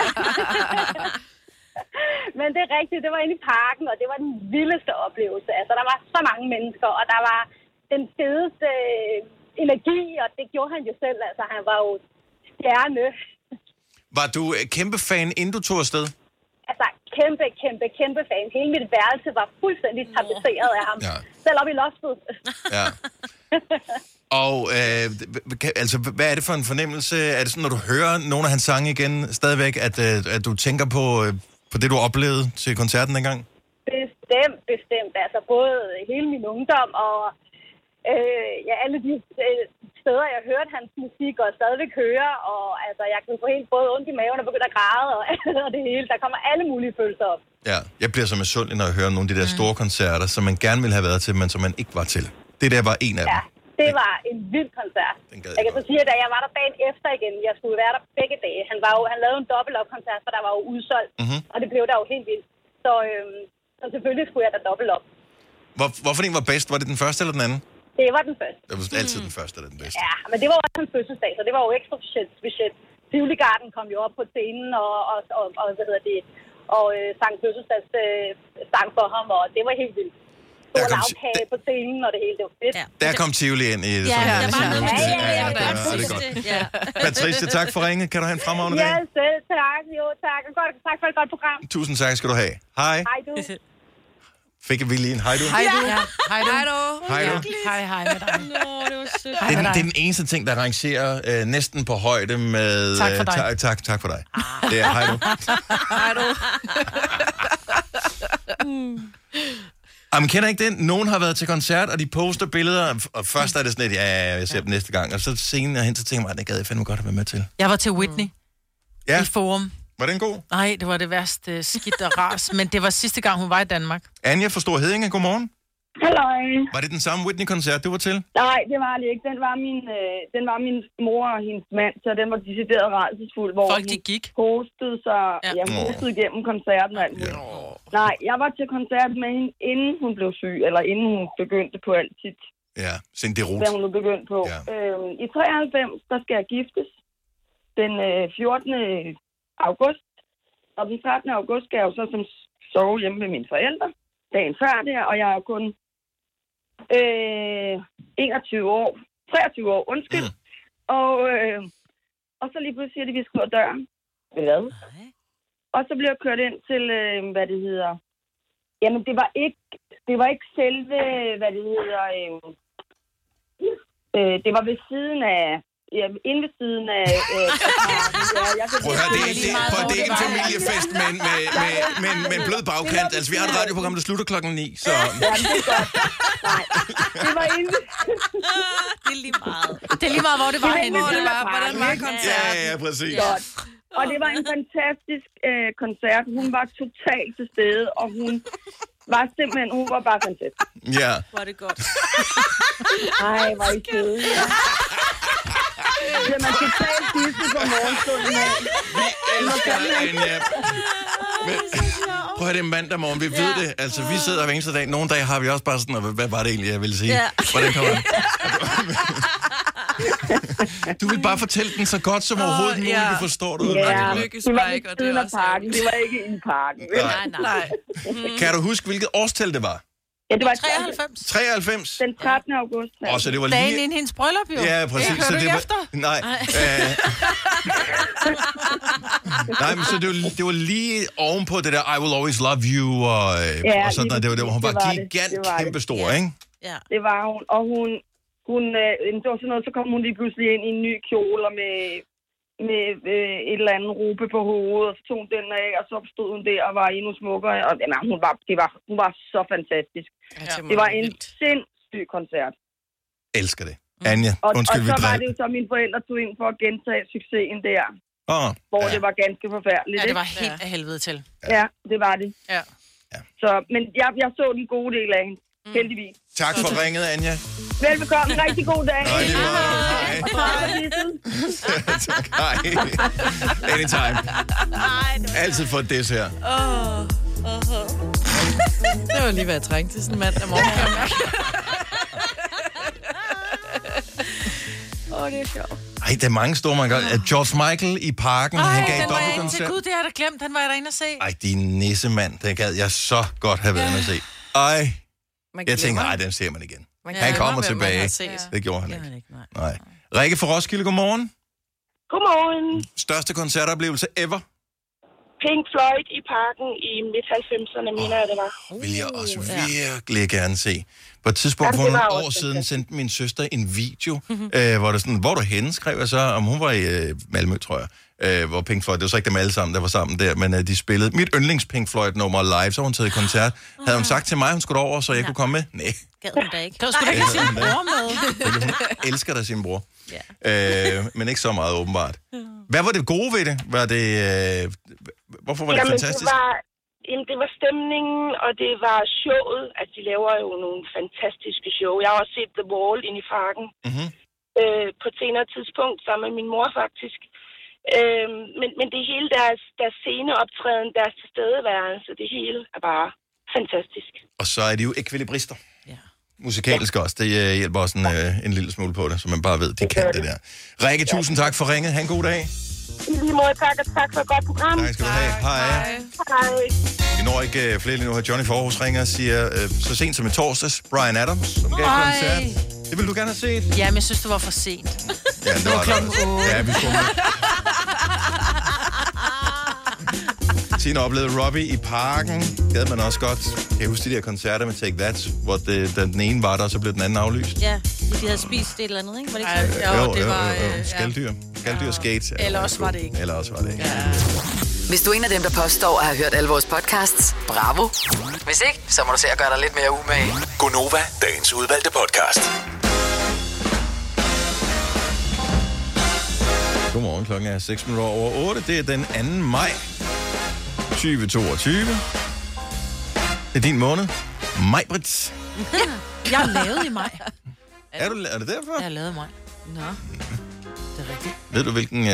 Men det er rigtigt, det var inde i parken, og det var den vildeste oplevelse. Altså, der var så mange mennesker, og der var den fedeste energi, og det gjorde han jo selv. Altså, han var jo stjerne. Var du kæmpe fan, inden du tog afsted? Altså, kæmpe fan. Hele mit værelse var fuldstændig tapetseret af ham. Ja. Selv op i loftet. Ja. Og altså, hvad er det for en fornemmelse? Er det sådan, når du hører nogle af hans sange igen, stadigvæk, at du tænker på det, du oplevede til koncerten dengang? Bestemt. Altså, både hele min ungdom og alle de steder, jeg hørte hans musik og stadigvæk hører. Og altså, jeg kan få helt både ondt i maven og begynde at græde og det hele. Der kommer alle mulige følelser op. Ja, jeg bliver så misundelig, når jeg hører nogle af de der store koncerter, som man gerne ville have været til, men som man ikke var til. Det der var en af dem. Det var en vild koncert. Jeg kan så sige, at da jeg var der dagen efter igen, jeg skulle være der begge dage. Han lavede en dobbelt-op-koncert, for der var jo udsolgt, og det blev der jo helt vildt. Så selvfølgelig skulle jeg da dobbelt op. Hvorfor den var bedst? Var det den første eller den anden? Det var den første. Det var altid den første eller den bedste. Ja, men det var også hans fødselsdag, så det var jo ekstra specielt. Tivoli Garden kom jo op på scenen og sang fødselsdags sang for ham, og det var helt vildt. Der kom lavkage på scenen, og det hele, det var fedt. Ja. Der kom Tivoli ind i det. Ja, der var noget med det. Ja, det er godt. Patricia, tak for ringet. Kan du have en fremragende dag? Ja, selv tak. Jo, tak. Tak for et godt program. Tusind tak skal du have. Hej. Hej du. Fik vi lige en hej du? Hej du. Hej du. Hej med dig. Nå, det var sødt. Det er den eneste ting, der rangerer næsten på højde med... Tak for dig. Tak for dig. Det er hej du. Hej du. Jamen, kender ikke det? Nogen har været til koncert, og de poster billeder, og først er det sådan lidt, jeg ser dem næste gang, og så senere hen, så tænker man, det gad jeg fandme godt at være med til. Jeg var til Whitney i Forum. Var den god? Nej, det var det værste skidt og ras, men det var sidste gang, hun var i Danmark. Anja fra Stor Heddinge, godmorgen. Halløj. Var det den samme Whitney-koncert, du var til? Nej, det var det ikke. Den var min mor og hendes mand, så den var decideret rædselsfuld, hvor folk, de gik. Hostede sig, hostede igennem koncerten. Nej, jeg var til koncert med hende, inden hun blev syg, eller inden hun begyndte på alt sit. Ja, sin derut. Hvad hun nu begyndte på. Ja. I 93, der skal jeg giftes. Den 14. august. Og den 13. august skal jeg jo så sove hjemme med mine forældre. Dagen før der, og jeg er kun 23 år, undskyld. Og så lige pludselig siger de, vi skal ud af døren. Hvad? Og så bliver jeg kørt ind til, Jamen, det var ikke selve, hvad det hedder... det var ved siden af... inde ved siden af... Prøv at høre, det er ikke en familiefest med en blød bagkant. Altså, vi har et radioprogram, der slutter 9:00, så... Ja, det er godt. Nej, det var inde... Det er lige meget. Det er lige meget, hvor det var henne. Hvordan var koncerten? Ja, præcis. Godt. Og det var en fantastisk koncert. Hun var totalt til stede, og hun var bare fantastisk. Ja. Var det godt. Ej, hvor I søde. Ja, man skal tale disse på morgenstunden. Vi elsker Anja. Men, prøv at høre, det er mandag morgen, vi ved det. Altså, vi sidder hver eneste dag. Nogle dage har vi også bare sådan, hvad var det egentlig, jeg ville sige? Ja. Hvordan kommer det? Du vil bare fortælle den så godt som overhovedet muligt, vi forstår det. Ja, det var ved siden af parken. Det var ikke i parken. Nej. Kan du huske, hvilket årstal det var? Ja, det var 93. 93? Den 13. august. Og så det var dagen lige... inden hendes bryllup, jo. Ja, præcis. Hører så du det ikke var... efter? Nej. Nej, men så det var lige ovenpå det der I will always love you og sådan noget. Det var hun var kæmpestor, ikke? Ja. Det var hun. Og hun det var sådan noget, så kom hun lige pludselig ind i en ny kjole med et eller andet rupe på hovedet, og så tog hun den af, og så stod hun der og var endnu smukkere. Og hun var så fantastisk. Ja. Det var en sindssyg koncert. Elsker det. Anja, undskyld, og så var det jo så, mine forældre tog ind for at gentage succesen der. Hvor det var ganske forfærdeligt. Ja, det var helt af helvede til. Ja, det var det. Ja. Så, men jeg så den gode del af hende. Heldigvis. Tak for ringet, Anja. Velbekomme. Rigtig god dag. Nej, det var... Tak. Hej. Anytime. Altid for det her. Det var lige, hvad jeg trængte til sådan en mand der morgen. Det er sjovt. Ej, der er mange store, man gør. George Michael i parken, han gav dobbeltkoncert. Gud, det har jeg da glemt. Han var jeg derinde at se. Ej, din nissemand, det gad jeg så godt have været inde at se. Ej, jeg tænkte, nej, den ser man igen. Han kommer tilbage. Det gjorde han ikke. Nej. Rikke fra Roskilde, godmorgen. Godmorgen. Største koncertoplevelse ever? Pink Floyd i parken i midt-90'erne, mener jeg, det var. Vil jeg også virkelig gerne se. På et tidspunkt for nogle år siden sendte min søster en video, hvor der sådan, hvor du henne, skrev jeg så, om hun var i Malmø, tror jeg, hvor Pink Floyd, det var så ikke dem alle sammen, der var sammen der, men de spillede mit yndlings Pink Floyd-nummer live, så hun taget i koncert. Havde hun sagt til mig, hun skulle over, så jeg kunne komme med? Nej. Gad hun da ikke. Kan du sgu da ikke have sin bror med? Hun elsker da sin bror. Men ikke så meget, åbenbart. Hvad var det gode ved det? Hvorfor var det fantastisk? Det var stemningen, og det var showet. Altså, de laver jo nogle fantastiske show. Jeg har også set The Wall inde i parken. På et senere tidspunkt, sammen med min mor faktisk. Men det hele deres sceneoptræden, deres tilstedeværelse, det hele er bare fantastisk. Og så er de jo ekvilibrister. Musikalsk også. Det hjælper også en lille smule på det, så man bare ved, de kan det der. Rikke, tusind tak for ringet. Ha' en god dag. I lige måde, tak, og tak for et godt program. Tak skal du have. Hej. Vi når ikke flere lige nu. Johnny Forhus ringer og siger, så sent som i torsdags, Bryan Adams, som gav koncert. Det vil du gerne have set? Ja, men jeg synes, det var for sent. Ja, det var klokken 8. Ja, vi skulle Tina oplevede Robbie i parken. Gad man også godt. Kan jeg huske de der koncerter med Take That, hvor den ene var der, og så blev den anden aflyst? Ja, de havde spist et eller andet, ikke? Var det ikke sådan? Jo, det var... Skalddyr. Skalddyr skate. Eller også var det ikke. Eller også var det ikke. Ja. Hvis du er en af dem, der påstår at have hørt alle vores podcasts, bravo. Hvis ikke, så må du se at gøre dig lidt mere umage. Gonova, dagens udvalgte podcast. Godmorgen, klokken er 6:06. Det er den 2. maj 2022. Det er din måned. Maj-Brit. Jeg er lavet i maj. Er det derfor? Jeg er lavet i maj. Nå, det er rigtigt. Ved du, hvilken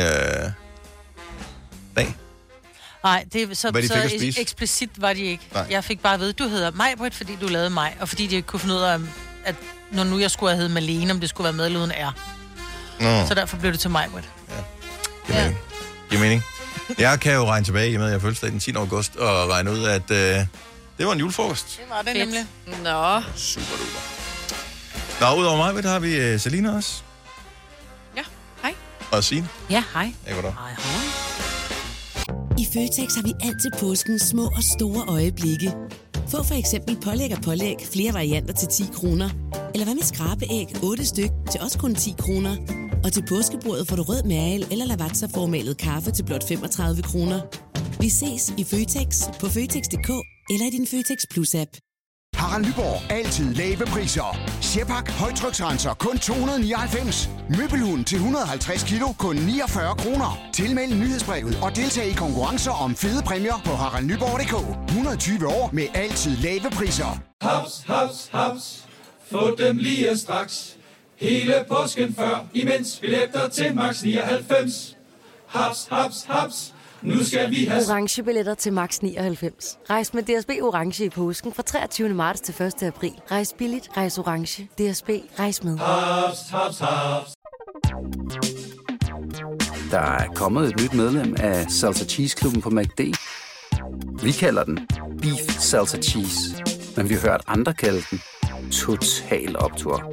dag? Nej, det så eksplicit var de ikke. Nej. Jeg fik bare at vide, du hedder Maj-Brit, fordi du lavede mig, og fordi de ikke kunne finde ud af, at når nu jeg skulle have heddet Malene, om det skulle være med eller uden R. Så derfor blev det til Maj-Brit. Ja. Giver mening. Jeg kan jo regne tilbage, i med at jeg fødselsdag den 10. august, og regne ud, at det var en julefrokost. Det var det nemlig. Nå. Super duper. Nå, udover mig, har vi Selina også. Ja, hej. Og Signe. Ja, hej. Ja, goddag. Hej. I Føtex har vi altid påskens små og store øjeblikke. Få for eksempel pålæg og pålæg flere varianter til 10 kroner. Eller hvad med skrabeæg 8 styk til også kun 10 kroner. Og til påskebordet får du rød mal eller lavatserformalet kaffe til blot 35 kroner. Vi ses i Føtex på Føtex.dk eller i din Føtex Plus-app. Harald Nyborg. Altid lave priser. Sjehpak. Højtryksrenser. Kun 299. Møbelhund til 150 kilo. Kun 49 kroner. Tilmeld nyhedsbrevet og deltag i konkurrencer om fede præmier på haraldnyborg.dk. 120 år med altid lave priser. Haps, haps, haps. Få dem lige straks. Hele påsken før, imens billetter til max 99. Haps, haps, haps. Nu skal vi have orange billetter til max 99. Rejs med DSB orange i påsken fra 23. marts til 1. april. Rejs billigt, rejs orange. DSB, rejs med. haps, haps, haps. Der er kommet et nyt medlem af Salsa Cheese Klubben på McD. Vi kalder den Beef Salsa Cheese, men vi har hørt andre kalde den Total Optur.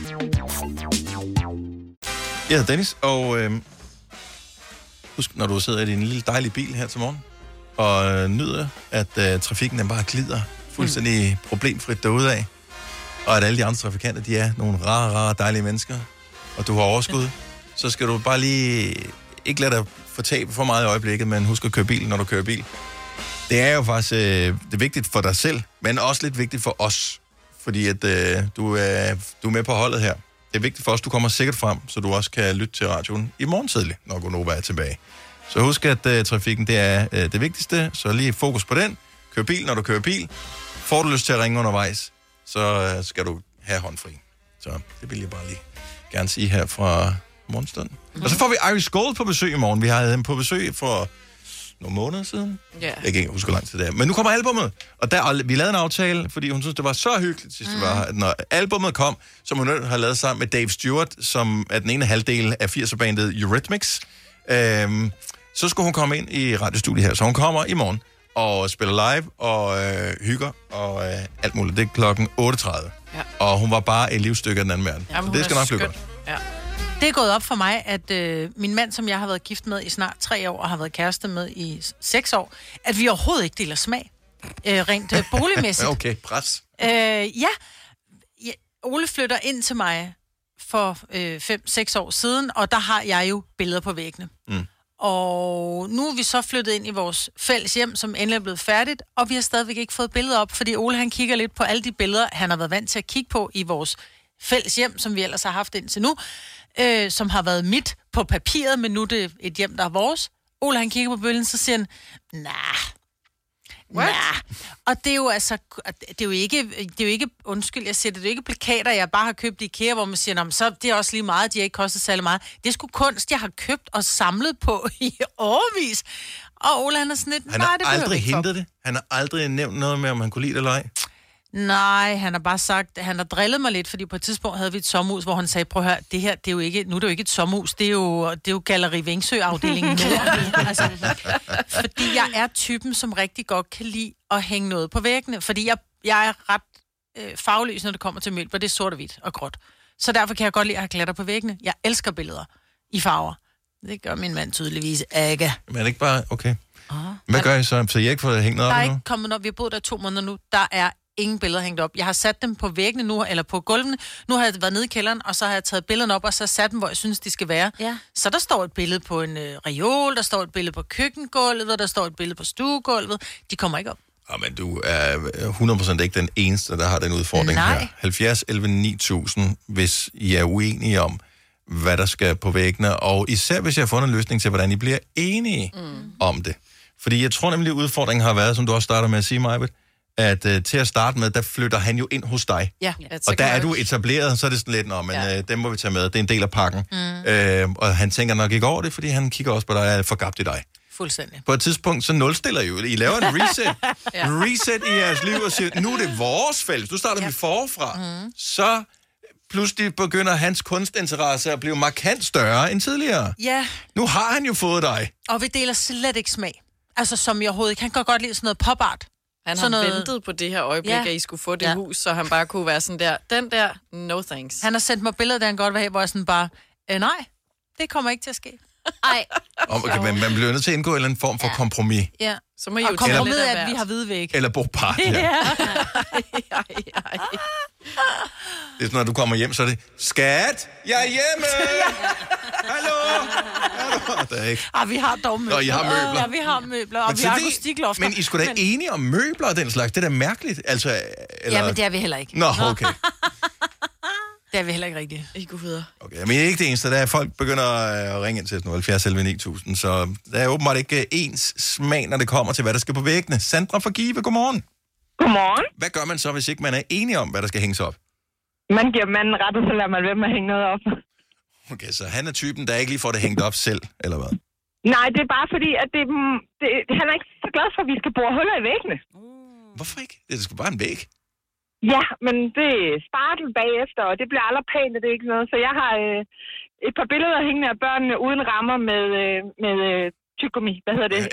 Jeg hedder Dennis, og husk, når du sidder i din lille dejlige bil her til morgen, og nyder, at trafikken den bare glider fuldstændig problemfrit derudad, og at alle de andre trafikanter, de er nogle rare, dejlige mennesker, og du har overskud, så skal du bare lige ikke lade dig fortabe for meget i øjeblikket, men husk at køre bil, når du kører bil. Det er jo faktisk det er vigtigt for dig selv, men også lidt vigtigt for os, fordi at du er med på holdet her. Det er vigtigt for os, du kommer sikkert frem, så du også kan lytte til radioen i morgen tidlig, når Gonova er tilbage. Så husk, at trafikken det er det vigtigste, så lige fokus på den. Kør bil, når du kører bil. Får du lyst til at ringe undervejs, så skal du have håndfri. Så det vil jeg bare lige gerne sige her fra morgenstunden. Og så får vi Iris Gold på besøg i morgen. Vi havde dem på besøg for nogle måneder siden. Yeah. Jeg kan ikke huske, hvor lang tid det er. Men nu kommer albummet, og vi lavede en aftale, fordi hun synes, det var så hyggeligt, sidst det var, at når albummet kom, som hun har lavet sammen med Dave Stewart, som er den ene halvdel af 80'er-bandet Eurythmics, så skulle hun komme ind i radiostudiet her. Så hun kommer i morgen og spiller live og hygger og alt muligt. Det er klokken 8.30. Ja. Og hun var bare et livsstykke af den anden verden. Jamen, det skal nok blive godt. Ja. Det er gået op for mig, at min mand, som jeg har været gift med i snart 3 år, og har været kæreste med i 6 år, at vi overhovedet ikke deler smag. Rent boligmæssigt. Okay, pres. Ja. Ole flytter ind til mig for 5-6 år siden, og der har jeg jo billeder på væggene. Mm. Og nu er vi så flyttet ind i vores fælles hjem, som endelig er blevet færdigt, og vi har stadigvæk ikke fået billeder op, fordi Ole han kigger lidt på alle de billeder, han har været vant til at kigge på i vores fælles hjem, som vi ellers har haft indtil nu, som har været mit på papiret, men nu er det et hjem, der er vores. Ole han kigger på billeden, så siger han, nah. Og det er jo altså, det er jo ikke, undskyld, jeg siger det er jo ikke plakater, jeg bare har købt i IKEA, hvor man siger, så det er også lige meget, de har ikke kostet særlig meget. Det er sgu kunst, jeg har købt og samlet på i årevis. Og Ole, han er sådan lidt, han har aldrig hentet det. Han har aldrig nævnt noget med, om han kunne lide det eller ej. Nej, han har bare sagt, han har drillet mig lidt, fordi på et tidspunkt havde vi et sommerhus, hvor han sagde, prøv at høre, det her, det er jo ikke, nu er det jo ikke et sommerhus, det er jo Galleri Vengsø-afdelingen nu. Altså, fordi jeg er typen, som rigtig godt kan lide at hænge noget på væggene, fordi jeg er ret farveløs, når det kommer til møbler, det er sort og hvidt og gråt. Så derfor kan jeg godt lide at have klatter på væggene. Jeg elsker billeder i farver. Det gør min mand tydeligvis ikke. Men er det ikke bare, okay. Hvad gør I så? Så I ikke får hængt noget op nu? Der er ikke kommet op, vi har boet der 2 måneder nu, der er ingen billeder hængt op. Jeg har sat dem på væggene nu, eller på gulvene. Nu har jeg været nede i kælderen, og så har jeg taget billederne op, og så sat dem, hvor jeg synes, de skal være. Ja. Så der står et billede på en reol, der står et billede på køkkengulvet, der står et billede på stuegulvet. De kommer ikke op. Men du er 100% ikke den eneste, der har den udfordring her. 70 11 9000, hvis I er uenige om, hvad der skal på væggene, og især hvis jeg har fundet en løsning til, hvordan I bliver enige om det. Fordi jeg tror nemlig, at udfordringen har været, som du også starter med at sige, Majbet, at til at starte med, der flytter han jo ind hos dig. Ja. Og der er du etableret, så er det sådan lidt, men dem må vi tage med, det er en del af pakken. Og han tænker nok ikke over det, fordi han kigger også på dig og er forgabt i dig. Fuldstændig. På et tidspunkt, så nulstiller I jo. I laver en reset. Reset i jeres liv og siger, nu er det vores fælles. Nu starter vi forfra. Så pludselig begynder hans kunstinteresse at blive markant større end tidligere. Ja. Nu har han jo fået dig. Og vi deler slet ikke smag. Altså, som jeg overhovedet ikke. Han kan godt lide sådan noget pop-art. Han har ventet på det her øjeblik, at I skulle få det hus, så han bare kunne være sådan der, den der, no thanks. Han har sendt mig billeder, der han godt vil have, hvor jeg sådan bare, nej, det kommer ikke til at ske. Ej. Man bliver nødt til at indgå en eller anden form for kompromis. Ja. Så må I jo kompromis er, at vi har hvide væg. Eller bo par, ja. Det er sådan, når du kommer hjem, så er det, skat, jeg er hjemme! Hallo! Der er ikke. Vi har dog møbler. Og I har møbler. Ja, vi har møbler, og vi har akustiklofter. Men I skulle da enige om møbler og den slags. Det er da mærkeligt. Altså, eller... Ja, men det er vi heller ikke. Nå, okay. Det er vi heller ikke rigtigt. Ikke videre. Okay, men ikke det eneste. Der er folk begynder at ringe ind til 70 11 9000, så der er åbenbart ikke ens smag, når det kommer til, hvad der skal på væggene. Sandra fra Give, godmorgen. Godmorgen. Hvad gør man så, hvis ikke man er enige om, hvad der skal hænges op? Man giver manden ret, og så lader man ved med at hænge noget op. Okay, så han er typen, der ikke lige får det hængt op selv, eller hvad? Nej, det er bare fordi, at han er ikke så glad for, at vi skal bore huller i væggene. Hvorfor ikke? Det er sgu bare en væg. Ja, men det er spartel bagefter, og det bliver aldrig pænt, og det er ikke noget. Så jeg har et par billeder hængende af børnene uden rammer med tyggegummi. Hvad hedder det?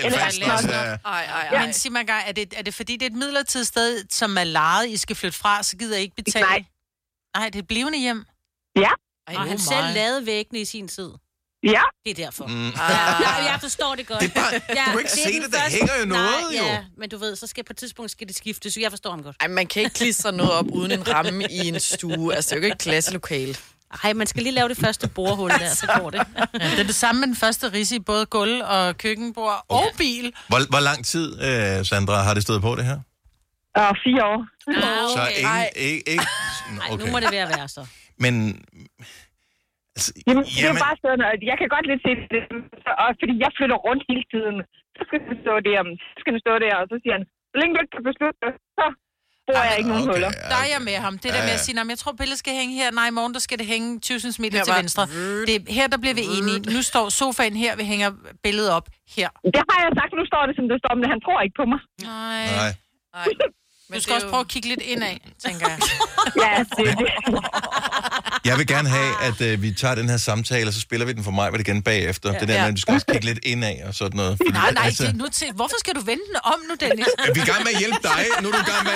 Men sig mig engang, er det fordi, det er et midlertidigt sted, som er lejet, I skal flytte fra, så gider I ikke betale? Nej, det er blivende hjem. Ja. Og han selv lavede væggene i sin tid. Ja. Det er derfor. Jeg forstår det godt. Det er bare, du kan ikke se det, der hænger jo noget, jo. Ja, men du ved, så på et tidspunkt skal det skiftes, så jeg forstår ham godt. Ej, man kan ikke klistre noget op uden en ramme i en stue. Altså, det er jo ikke et klasselokale. Ej, man skal lige lave det første borehul der, så går det. Det er det samme med den første ridse i både gulv og køkkenbord og bil. Hvor lang tid, Sandra, har det stået på det her? 4 år. Så ikke... Okay. Nu må det være så. Men... Altså, det er bare sådan, at jeg kan godt lidt se det, fordi jeg flytter rundt hele tiden. Så skal den stå der, og så siger han, så længe du ikke kan beslutte det, så bruger jeg ikke nogen huller. Der er jeg med ham. Det der med at sige, jeg tror, billedet skal hænge her. Nej, i morgen der skal det hænge 1000 cm til venstre. Her der bliver vi enige. Nu står sofaen her, vi hænger billedet op her. Det har jeg sagt, nu står det, som det står, men han tror ikke på mig. Nej. Du skal også prøve at kigge lidt indad, tænker jeg. Ja, det. Jeg vil gerne have, at vi tager den her samtale, og så spiller vi den for mig med det igen bagefter. Ja. Det der med, at du skal også kigge lidt indad og sådan noget. Fordi, nej, hvorfor skal du vende den om nu, Dennis? Vi er i gang med at hjælpe dig. Nu er du i gang med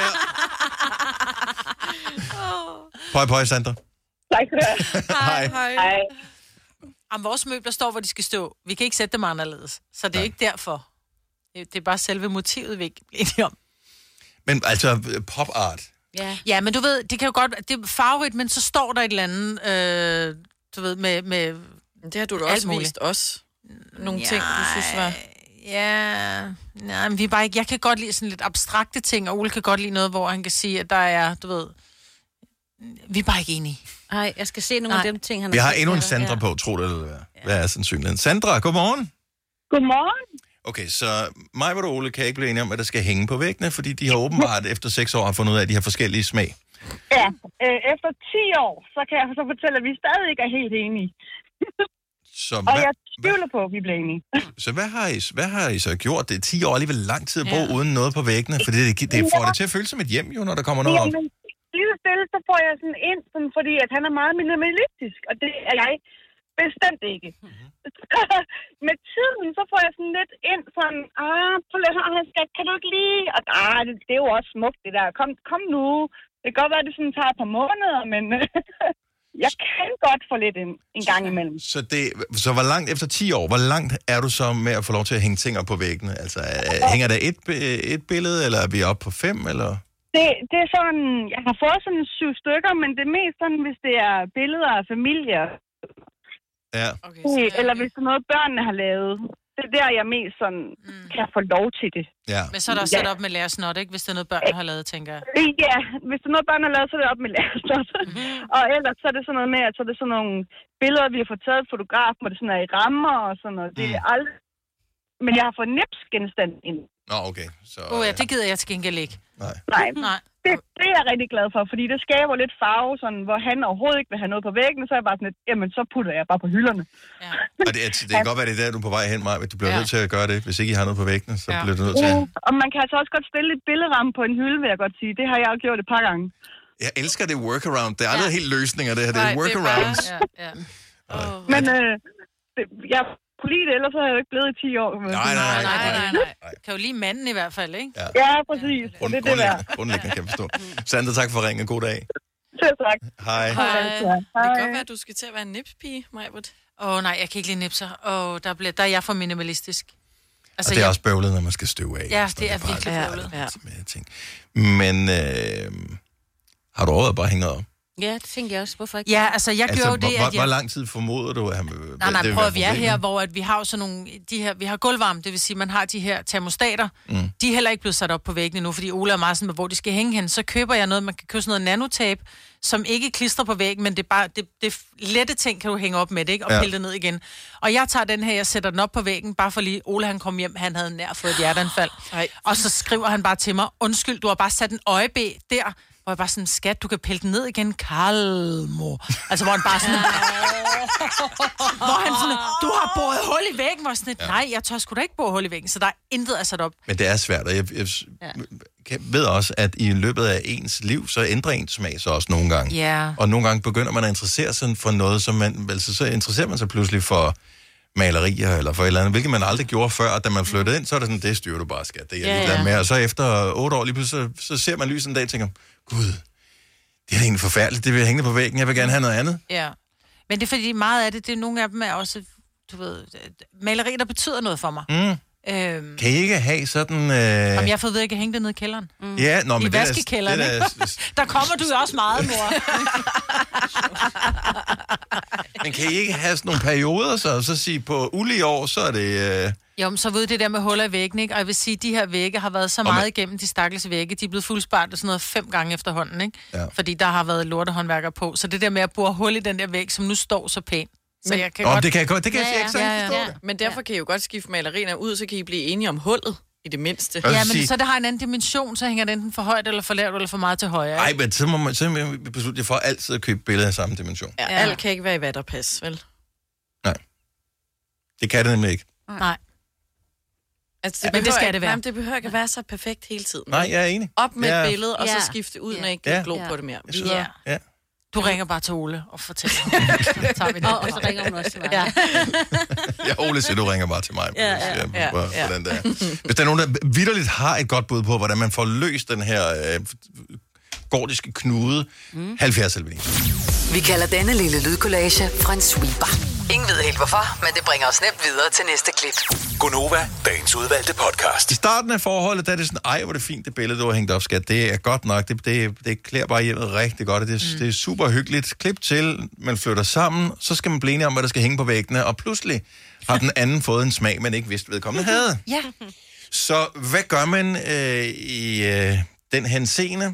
at... Pøj, Sandra. Tak skal du have. Hej. Jamen, vores møbler står, hvor de skal stå. Vi kan ikke sætte dem anderledes. Så det er ikke derfor. Det er bare selve motivet, vi ikke bliver enige om. Men altså, pop art. Ja, men du ved, det kan jo godt... Det er farverigt, men så står der et eller andet, du ved, med det har du da også vist os. Nogle ting, du synes var... Nej, men vi er bare ikke... Jeg kan godt lide sådan lidt abstrakte ting, og Ole kan godt lide noget, hvor han kan sige, at der er, du ved... Vi er bare ikke enige. Nej, jeg skal se nogle af dem ting, han Vi har endnu en Sandra på, tro det eller hvad. Hvad er sandsynligheden? Sandra, godmorgen. Godmorgen. Okay, så mig og Ole kan ikke blive enige om, at der skal hænge på væggene, fordi de har åbenbart efter 6 år har fundet ud af, at de har forskellige smag. Ja, efter 10 år, så kan jeg så fortælle, at vi stadig ikke er helt enige. Og jeg tvivler på, at vi bliver enige. Så hvad har I så gjort? Det er 10 år alligevel lang tid at bo uden noget på væggene, for det får det til at føles som et hjem, jo, når der kommer noget op. Lige så stille, så får jeg sådan ind, sådan, fordi at han er meget minimalistisk, og det er jeg bestemt ikke. Med tiden, så får jeg sådan lidt ind, sådan, kan du ikke lige? Og det er jo også smukt, det der. Kom nu. Det kan godt være, at det sådan tager et par måneder, men jeg kan godt få lidt ind en gang imellem. Så hvor langt, efter 10 år, hvor langt er du så med at få lov til at hænge ting op på væggene? Altså, hænger der et billede, eller er vi oppe på 5, eller... Det er sådan, jeg har fået sådan 7 stykker, men det er mest sådan, hvis det er billeder af familier. Ja. Okay, eller hvis det er noget, børnene har lavet. Det er der, jeg mest sådan, kan få lov til det. Ja. Men så er der sat op med lærersnot, ikke? Hvis det er noget, børnene har lavet, tænker jeg. Ja, hvis det er noget, børnene har lavet, så er det op med lærersnot. Og ellers så er det sådan noget med, at så er det sådan nogle billeder, vi har fået taget af fotograf, hvor det sådan er i rammer og sådan noget. Det er aldrig... Men jeg har fået nipsgenstand ind. Nå, okay. Så, ja, det gider jeg til gengæld ikke. Nej. Det er jeg rigtig glad for, fordi det skaber lidt farve, sådan, hvor han overhovedet ikke vil have noget på væggene, så er jeg bare sådan lidt, jamen så putter jeg bare på hylderne. Ja. Og det kan godt være, det er der, du er på vej hen, Maja. Du bliver nødt til at gøre det. Hvis ikke I har noget på væggene, så bliver du nødt til at... Og man kan altså også godt stille et billederamme på en hylde, vil jeg godt sige. Det har jeg jo gjort et par gange. Jeg elsker det workaround. Det er aldrig helt løsninger, det her. Det er workarounds. Men jeg kunne lide det, ellers så havde jeg jo ikke blevet i 10 år. Nej. Kan jo lide manden i hvert fald, ikke? Ja, præcis. Grundlæggende kan jeg forstå. Sandra, tak for ringen. God dag. Selv tak. Hej. Det kan godt være, at du skal til at være en nipspige, Majbert. Nej, jeg kan ikke lide nipser. Der er jeg for minimalistisk. Altså, og det er også bøvlet, når man skal støve af. Ja, det er virkelig bøvlet. Ja. Men har du overvejet bare at hænge noget op? Ja, det tænker jeg også. Hvorfor ikke? Ja, altså jeg gjorde det, at hvor lang tid formoder du, at han... Nej, prøv at vi er her, hvor at vi har jo sådan nogle... vi har gulvvarme, det vil sige, man har de her termostater. De er heller ikke blevet sat op på væggene nu, fordi Ole er meget sådan, hvor de skal hænge hen. Så køber jeg noget, man kan købe sådan noget nanotape, som ikke klistrer på væggen, men det er bare... Det lette ting kan du hænge op med det, ikke? Og pille det ned igen. Og jeg tager den her, jeg sætter den op på væggen, bare for lige... Ole, han kom hjem, han havde nær fået et hjerteanfald. Og så skriver han bare til mig, undskyld, du har bare sat en øjeb der... Hvor jeg bare sådan, skat, du kan pille den ned igen, Kalmo. Altså, hvor han bare sådan... hvor han sådan, du har boret hul i væggen. Hvor sådan, nej, jeg tør sgu da ikke bore hul i væggen, så der er intet at sætte op. Men det er svært, og jeg ved også, at i løbet af ens liv, så ændrer ens smag så også nogle gange. Ja. Og nogle gange begynder man at interessere sig for noget, som man... Så interesserer man sig pludselig for malerier eller for et eller andet, hvilket man aldrig gjorde før, og da man flyttede ind, så er det sådan, det styrer du bare, skat. Det er jeg ligeglad med. Og så efter 8 år lige pludselig, så ser man lys en dag og tænker, gud, det er egentlig forfærdeligt, det vil hænge på væggen, jeg vil gerne have noget andet. Ja, men det er fordi meget af det, nogle af dem er også, du ved, maleri, der betyder noget for mig. Kan I ikke have sådan... Om jeg har fået ved, at jeg kan hænge det nede i kælderen. Ja, men i vaskekælderen, ikke? Der kommer du jo også meget, mor. Men kan I ikke have sådan nogle perioder, så sige på ulige år, så er det... Jo, men så ved det der med huller i væggen, ikke? Og jeg vil sige, at de her vægge har været så meget igennem de stakkels vægge. De er blevet fuldspart sådan noget 5 gange efterhånden, ikke? Ja. Fordi der har været lortehåndværker på. Så det der med at bore hul i den der væg, som nu står så pænt. Så jeg kan godt... Det kan jeg ikke forstå det. Men derfor kan I jo godt skifte malerierne ud, så kan I blive enige om hullet i det mindste. Ja, men så det har en anden dimension, så hænger det enten for højt, eller for lavt, eller for meget til højre. Nej, men så må man beslutte for altid at købe billeder af samme dimension. Ja, alt kan ikke være i vatterpas, vel? Nej. Det kan det nemlig ikke. Nej. Altså, men det skal det være. Nej, det behøver ikke at være så perfekt hele tiden. Nej, jeg er enig. Op med et billede, og så skifte ud, når jeg ikke kan glo på det mere. Ja. Du ringer bare til Ole og fortæller. Og så ringer hun også til mig. Ja, Ole siger, du ringer bare til mig. Hvordan det er. Hvis der er nogen, der vitterligt har et godt bud på, hvordan man får løst den her gordiske knude, 70 eller Vi kalder denne lille lydkollage en sweeper. Ingen ved helt hvorfor, men det bringer os nemt videre til næste klip. Gonova, dagens udvalgte podcast. I starten af forholdet, der er det sådan, ej, hvor er det fint, det billede, du har hængt op, skat. Det er godt nok, det klæder bare hjemmet rigtig godt, og det er super hyggeligt. Klip til, man flytter sammen, så skal man blive enige om, hvad der skal hænge på væggene, og pludselig har den anden fået en smag, man ikke vidste vedkommende havde. Ja. Så hvad gør man i den henseende?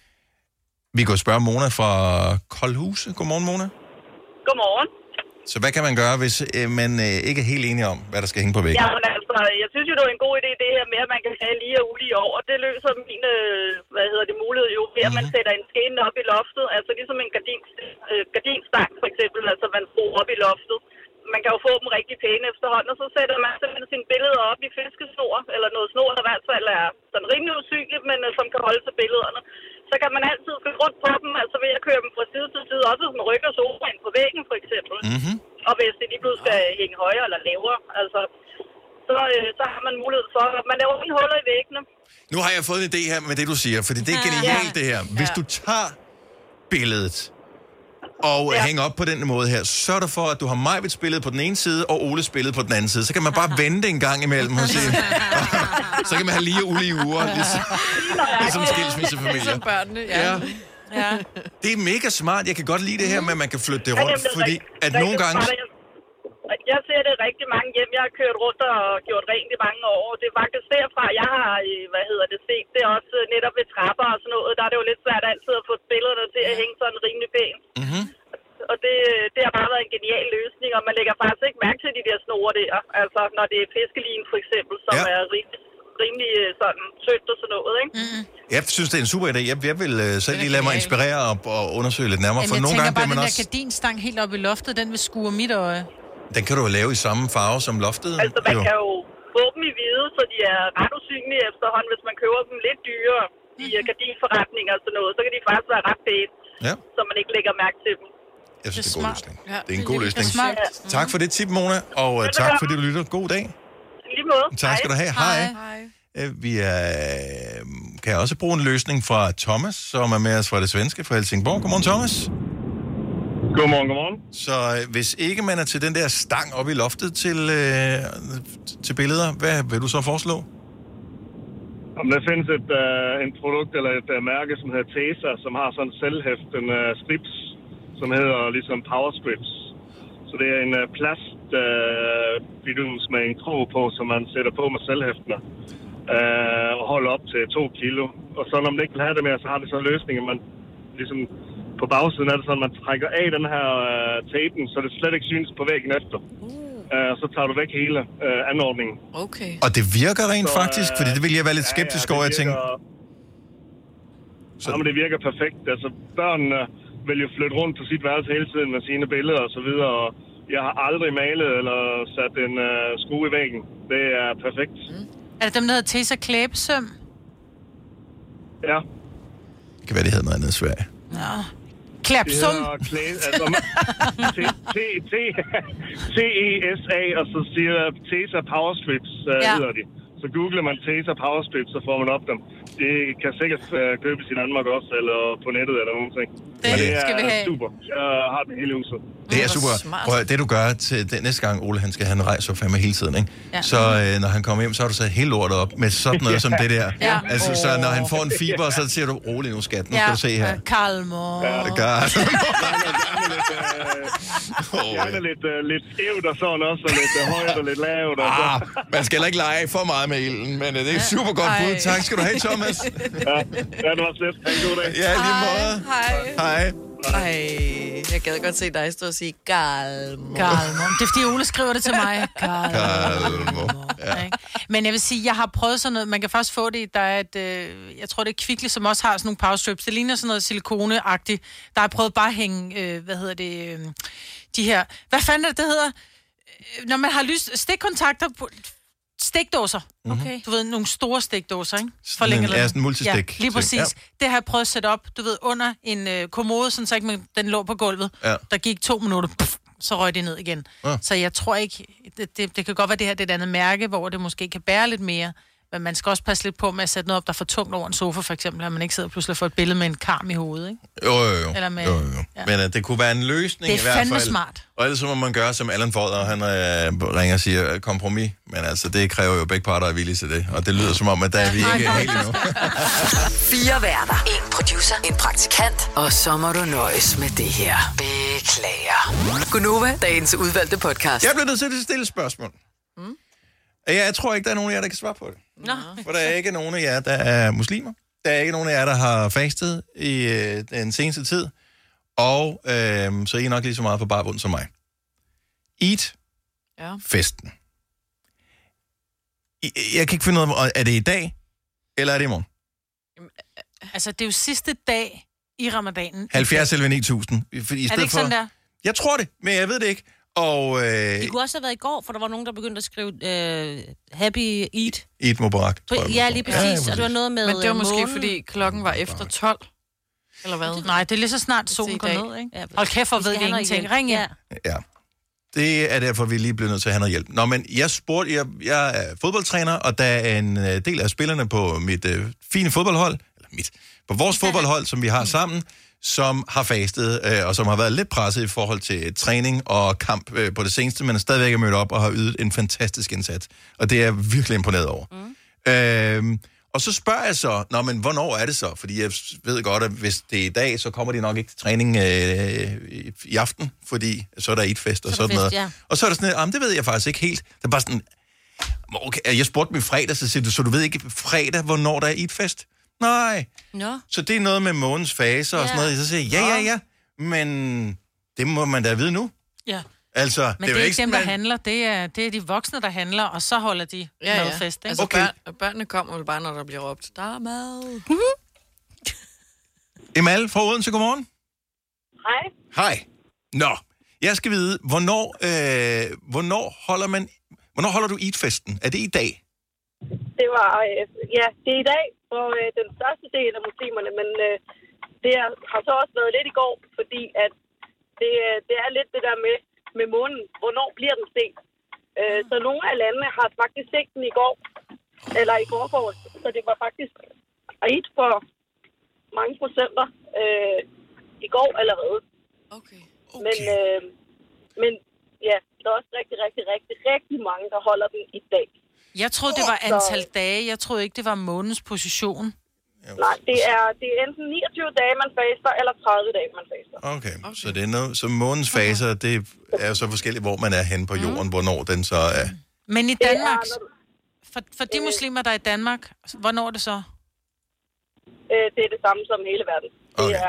Vi kan spørge Mona fra Koldhuse. Godmorgen, Mona. Godmorgen. Så hvad kan man gøre, hvis man ikke er helt enig om, hvad der skal hænge på væggen? Ja, men altså, jeg synes jo, det er en god idé, det her med, at man kan have lige og ulige år. Og det løser min, mulighed jo, ved at man sætter en skæne op i loftet. Altså ligesom en gardinstang, for eksempel, altså man får op i loftet. Man kan jo få dem rigtig pæne efterhånden, og så sætter man simpelthen sine billeder op i fiskesnor, eller noget snor, der i hvert fald er sådan rimelig usynligt, men som kan holde til billederne. Så kan man altid flytte rundt på dem, altså ved at køre dem fra side til side, også hvis man rykker sofaen på væggen, for eksempel. Og hvis det lige pludselig skal hænge højere eller lavere, altså, så har man mulighed for, at man laver en huller i væggene. Nu har jeg fået en idé her med det, du siger, fordi det er genialt, det her. Hvis du tager billedet og hænger op på den måde her, sørg dig for, at du har Majvits billede på den ene side, og Oles billede på den anden side. Så kan man bare vente en gang imellem og se. Så kan man have lige og ulige uger, ligesom skilsmissefamilier. Ligesom børnene, ja. Det er mega smart. Jeg kan godt lide det her med, at man kan flytte det rundt, fordi at nogle gange... Jeg ser det rigtig mange hjem. Jeg har kørt rundt og gjort rent i mange år. Det er faktisk derfra, jeg har, set det også netop ved trapper og sådan noget. Der er det jo lidt svært altid at få billederne til at hænge sådan rimelig pænt. Og det har bare været en genial løsning, og man lægger faktisk ikke mærke til de der snore der. Altså, når det er fiskelin for eksempel, som er rimelig sådan tyndt og sådan noget, ikke? Jeg synes, det er en super idé. Jeg vil selv lige lade mig inspirere og undersøge lidt nærmere. Jamen, for nogle gange bare, man den også... der gardinstang helt oppe i loftet, den vil skue mit øje. Den kan du jo lave i samme farve som loftet. Altså, man kan jo få dem i hvide, så de er ret usynlige efterhånden. Hvis man køber dem lidt dyrere i gardinforretninger og sådan noget, så kan de faktisk være ret pæne, så man ikke lægger mærke til dem. Jeg synes, det er en god løsning. Det er en god løsning. Tak for det tip, Mona, og tak fordi du lytter. God dag. Lige måde. Tak skal du have. Hej. Vi kan også bruge en løsning fra Thomas, som er med os fra det svenske, fra Helsingborg. Godmorgen, Thomas. Godmorgen. Så hvis ikke man er til den der stang oppe i loftet til billeder, hvad vil du så foreslå? Der findes et produkt eller et mærke, som hedder Tesa, som har sådan selvhæftende strips, som hedder ligesom Power Strips. Så det er en plastbidus med en krog på, som man sætter på med selvhæftende. Og holder op til 2 kilo. Og så når man ikke vil have det mere, så har det så løsninger, man ligesom på bagsiden er det sådan, man trækker af den her tapen, så det slet ikke synes på væggen efter. Så tager du væk hele anordningen. Okay. Og det virker rent faktisk, fordi det vil jeg være lidt skeptisk over, jeg tænker. Jamen, det virker perfekt. Altså, børnene vil jo flytte rundt på sit værelse hele tiden med sine billeder og så videre, og jeg har aldrig malet eller sat en skrue i væggen. Det er perfekt. Er det dem, der hedder Tesa Klæbesøm? Ja. Det kan være, det hedder noget andet i Sverige. Ja. Klæbsum. T-E-S-A, og så siger Tesa Power Strips, hedder de. Så googler man Tesa Power Strips, så får man op dem. Det kan sikkert købes i Danmark også, eller på nettet eller nogen ting. Det er super. Jeg har det hele huset. Det er super. Prøv, det du gør til det, næste gang, Ole, han skal have en rejse fandme hele tiden, ikke? Ja. Så når han kommer hjem, så har du sat hele lortet op med sådan noget som det der. Ja. Altså, så når han får en fiber, så siger du, rolig nu, skat. Nu skal du se her. Kalmor. Gerne lidt skævt og sådan også, og lidt højt og lidt lavt. Man skal heller ikke lege for meget med ilden, men det er super godt bud. Tak skal du have, Thomas. Ja, det var slet. Ha' en god dag. Ja, lige måde. Hej. Ej, jeg gad godt se dig stå og sige Galmo. Det er fordi Ole skriver det til mig. Galmo. Ja. Men jeg vil sige, jeg har prøvet sådan noget. Man kan faktisk få det. Der er et, jeg tror det er Kvickly, som også har sådan nogle power strips. Det ligner sådan noget silikoneagtigt. Der har prøvet bare at hænge, de her. Hvad fanden er det hedder? Når man har stikkontakter på stikdåser. Okay. Du ved, nogle store stikdåser, ikke? For længe. Ja, sådan en multistik. Ja, lige præcis. Ja. Det har jeg prøvet at sætte op, du ved, under en kommode, sådan så ikke den lå på gulvet. Ja. Der gik 2 minutter, så røg det ned igen. Ja. Så jeg tror ikke, det kan godt være, det her det er et andet mærke, hvor det måske kan bære lidt mere. Men man skal også passe lidt på med at sætte noget op, der er for tungt over en sofa, for eksempel, at man ikke sidder pludselig og får et billede med en karm i hovedet, ikke? Jo. Eller med, ja. Men det kunne være en løsning i hvert fald. Det er fandme smart. Og ellers så må man gøre, som Allan Fodder, han ringer og siger kompromis. Men altså, det kræver jo begge parter er villige til det. Og det lyder som om, at der er vi ikke helt endnu. 4 værter, 1 producer, 1 praktikant, og så må du nøjes med det her. Beklager. Gunova, dagens udvalgte podcast. Jeg bliver nødt til at stille et spørgsmål. Jeg tror ikke, der er nogen af jer, der kan svare på det. Nå. For der er ikke nogen af jer, der er muslimer. Der er ikke nogen af jer, der har fastet i den seneste tid. Og så er I nok lige så meget på bar bund som mig. Eat festen. Jeg kan ikke finde ud af, er det i dag, eller er det i morgen? Altså, det er jo sidste dag i ramadanen. 70 eller 9000. Er det ikke sådan der? Jeg tror det, men jeg ved det ikke. Og, det kunne også have været i går, for der var nogen, der begyndte at skrive Happy Eid. Eid Mubarak. Ja, lige præcis. Ja, og det var noget med men det var måske, fordi klokken var efter 12. Eller hvad? Nej, det er lige så snart solen går ned, ikke? Ja, hold kæft, for ved vi ingenting. Ring ind. Ja. Det er derfor, vi lige bliver nødt til at have noget hjælp. Nå, men jeg er fodboldtræner, og der er en del af spillerne på mit fine fodboldhold, på vores fodboldhold, som vi har sammen, som har fastet, og som har været lidt presset i forhold til træning og kamp på det seneste, men er stadigvæk mødt op og har ydet en fantastisk indsats. Og det er jeg virkelig imponeret over. Og så spørger jeg så, men hvornår er det så? Fordi jeg ved godt, at hvis det er i dag, så kommer de nok ikke til træning i aften, fordi så er der Eid-fest og sådan noget. Ja. Og så er der sådan, det ved jeg faktisk ikke helt. Det er bare sådan, okay, jeg spurgte mig fredag, så siger du, så du ved ikke fredag, hvornår der er Eid-fest? Nej. No. Så det er noget med månens faser og sådan noget. Så siger jeg, ja, men det må man da vide nu. Ja. Altså, men det er ikke dem, der handler. Det er de voksne, der handler, og så holder de madfest. Ikke? Altså, børnene kommer vel bare, når der bliver råbt, der er mad. Emal fra Odense, godmorgen. Hej. Hej. Nå, jeg skal vide, hvornår holder du Eid-festen? Er det i dag? Det var, det er i dag for den største del af muslimerne, men det har så også været lidt i går, fordi at det er lidt det der med månen, hvornår bliver den set. Så nogle af landene har faktisk set den i går, eller i forgårs, så det var faktisk Eid for mange procenter i går allerede. Okay. Okay. Men ja, der er også rigtig mange, der holder den i dag. Jeg troede, det var antal dage. Jeg troede ikke, det var månens position. Nej, det er enten 29 dage, man faster, eller 30 dage, man faster. Okay. Så det er noget, så månens faser, det er jo så forskelligt, hvor man er henne på jorden, hvornår den så er. Men i Danmark, for de muslimer, der er i Danmark, hvornår er det så? Det er det samme som hele verden. Okay.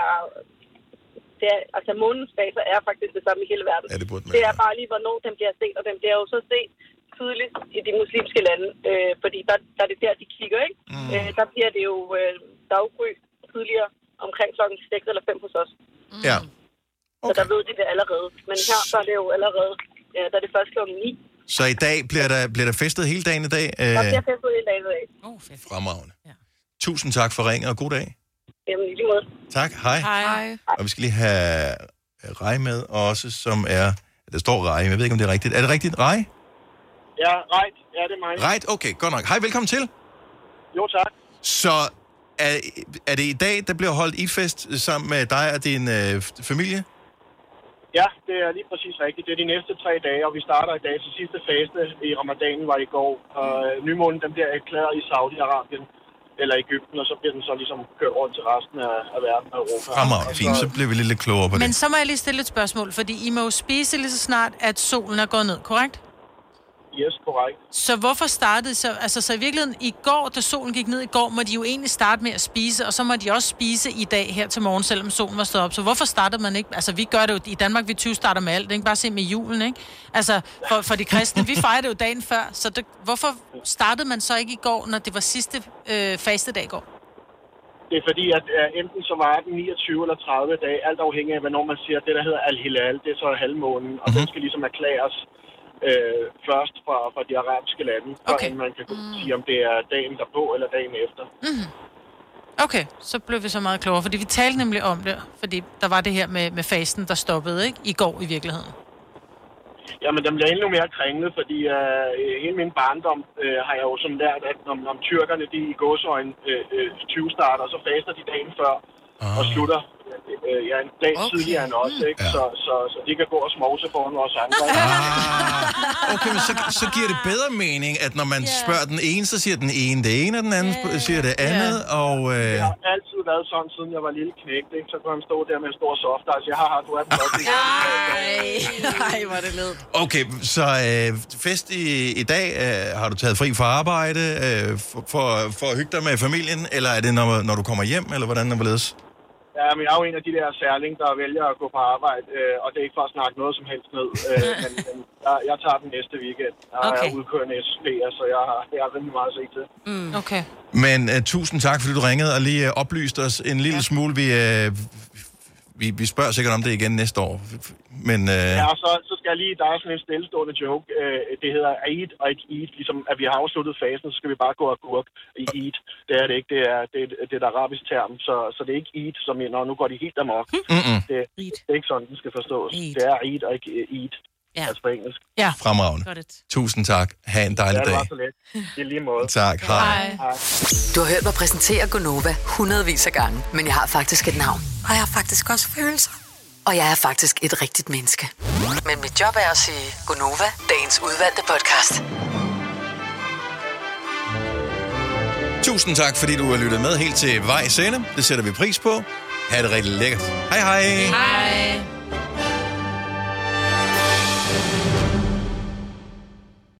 Altså månens faser er faktisk det samme i hele verden. Ja, det er bare lige, hvornår den bliver set, og den bliver jo så set tydeligt i de muslimske lande, fordi der er det der, de kigger, ikke? Der bliver det jo daggry tidligere omkring klokken 6 eller 5 hos os. Ja. Okay. Så der ved de det allerede. Men her så er det jo allerede, der er det først klokken 9. Så i dag bliver der festet hele dagen i dag? Der bliver festet hele dagen i dag. Fremragende. Ja. Tusind tak for ringet, og god dag. Jamen, i lige måde. Tak, hej. Og vi skal lige have Rej med også, som er... Der står Rej, jeg ved ikke, om det er rigtigt. Er det rigtigt, Rej? Ja, Rej. Ja, det er mig. Rej, okay, godt nok. Hej, velkommen til. Jo, tak. Så er det i dag, der bliver holdt idfest sammen med dig og din familie? Ja, det er lige præcis rigtigt. Det er de næste 3 dage, og vi starter i dag. Så sidste faste i ramadanen var i går. Og nymånen, den bliver erklæret i Saudi-Arabien eller Egypten, og så bliver den så ligesom kørt rundt til resten af verden og Europa. Fremragende, fint. Så bliver vi lidt klogere på det. Men så må jeg lige stille et spørgsmål, fordi I må jo spise lige så snart, at solen er gået ned, korrekt? Yes, korrekt. Så hvorfor startede så... Altså, så i virkeligheden, i går, da solen gik ned i går, må de jo egentlig starte med at spise, og så må de også spise i dag her til morgen, selvom solen var stået op. Så hvorfor startede man ikke... Altså, vi gør det jo... I Danmark, vi 20 starter med alt, ikke? Bare se med julen, ikke? Altså, for de kristne, vi fejrer det jo dagen før, så hvorfor startede man så ikke i går, når det var sidste fastedag i går? Det er fordi, at enten så var den 29 eller 30 dage, alt afhængig af, hvornår man siger, det der hedder al-hilal, det er så halvmånen, og den skal ligesom erklæres først fra de arabiske lande, før man kan sige, om det er dagen derpå eller dagen efter. Okay, så blev vi så meget klogere, fordi vi talte nemlig om det, fordi der var det her med fasten, der stoppede, ikke? I går i virkeligheden. Jamen, den bliver endnu mere kringlet, fordi hele min barndom har jeg jo sådan lært, at når tyrkerne, de i gåseøjne 20 starter, så faster de dagen før og slutter en dag tidligere end os, ikke? Ja. Så de kan gå og smovse foran os andre. Okay, men så giver det bedre mening, at når man spørger den ene, så siger den ene det ene, og den anden siger det andet, og... Jeg har altid været sådan, siden jeg var lille knægt, ikke? Så kunne han stå der med en stor soft, altså jeg har du er den godt. Ej, hvor er det ledt. Okay, så fest i dag, har du taget fri fra arbejde for at hygge dig med familien, eller er det, når du kommer hjem, eller hvordan er det ledes? Ja, men jeg er jo en af de der særling, der vælger at gå på arbejde, og det er ikke for at snakke noget som helst ned. Men jeg tager den næste weekend. Jeg er udkørende SP'er, så jeg har rimelig meget at se til. Okay. Men tusind tak, fordi du ringede og lige oplyste os en lille smule. Vi spørger sikkert om det igen næste år. Men, Ja, og så skal jeg lige, der er sådan en stillestående joke. Det hedder Eid og ikke Eid. Ligesom at vi har afsluttet fasen, så skal vi bare gå og gurk i Eid. Det er det ikke. Det er et arabisk term. Så det er ikke Eid, som nu går de helt amok. Det er ikke sådan, den skal forstås. Det er Eid og ikke Eid. Ja. Altså på engelsk. Ja. Fremragende. Tusind tak. Ha' en dejlig dag. Ja, det var så let. Det er lige måde. Tak. Hej. Du har hørt mig præsentere Gonova hundredvis af gange, men jeg har faktisk et navn. Og jeg har faktisk også følelser. Og jeg er faktisk et rigtigt menneske. Men mit job er at sige Gonova, dagens udvalgte podcast. Tusind tak, fordi du har lyttet med helt til vejs ende. Det sætter vi pris på. Ha' det rigtig lækkert. Hej hej. Hej.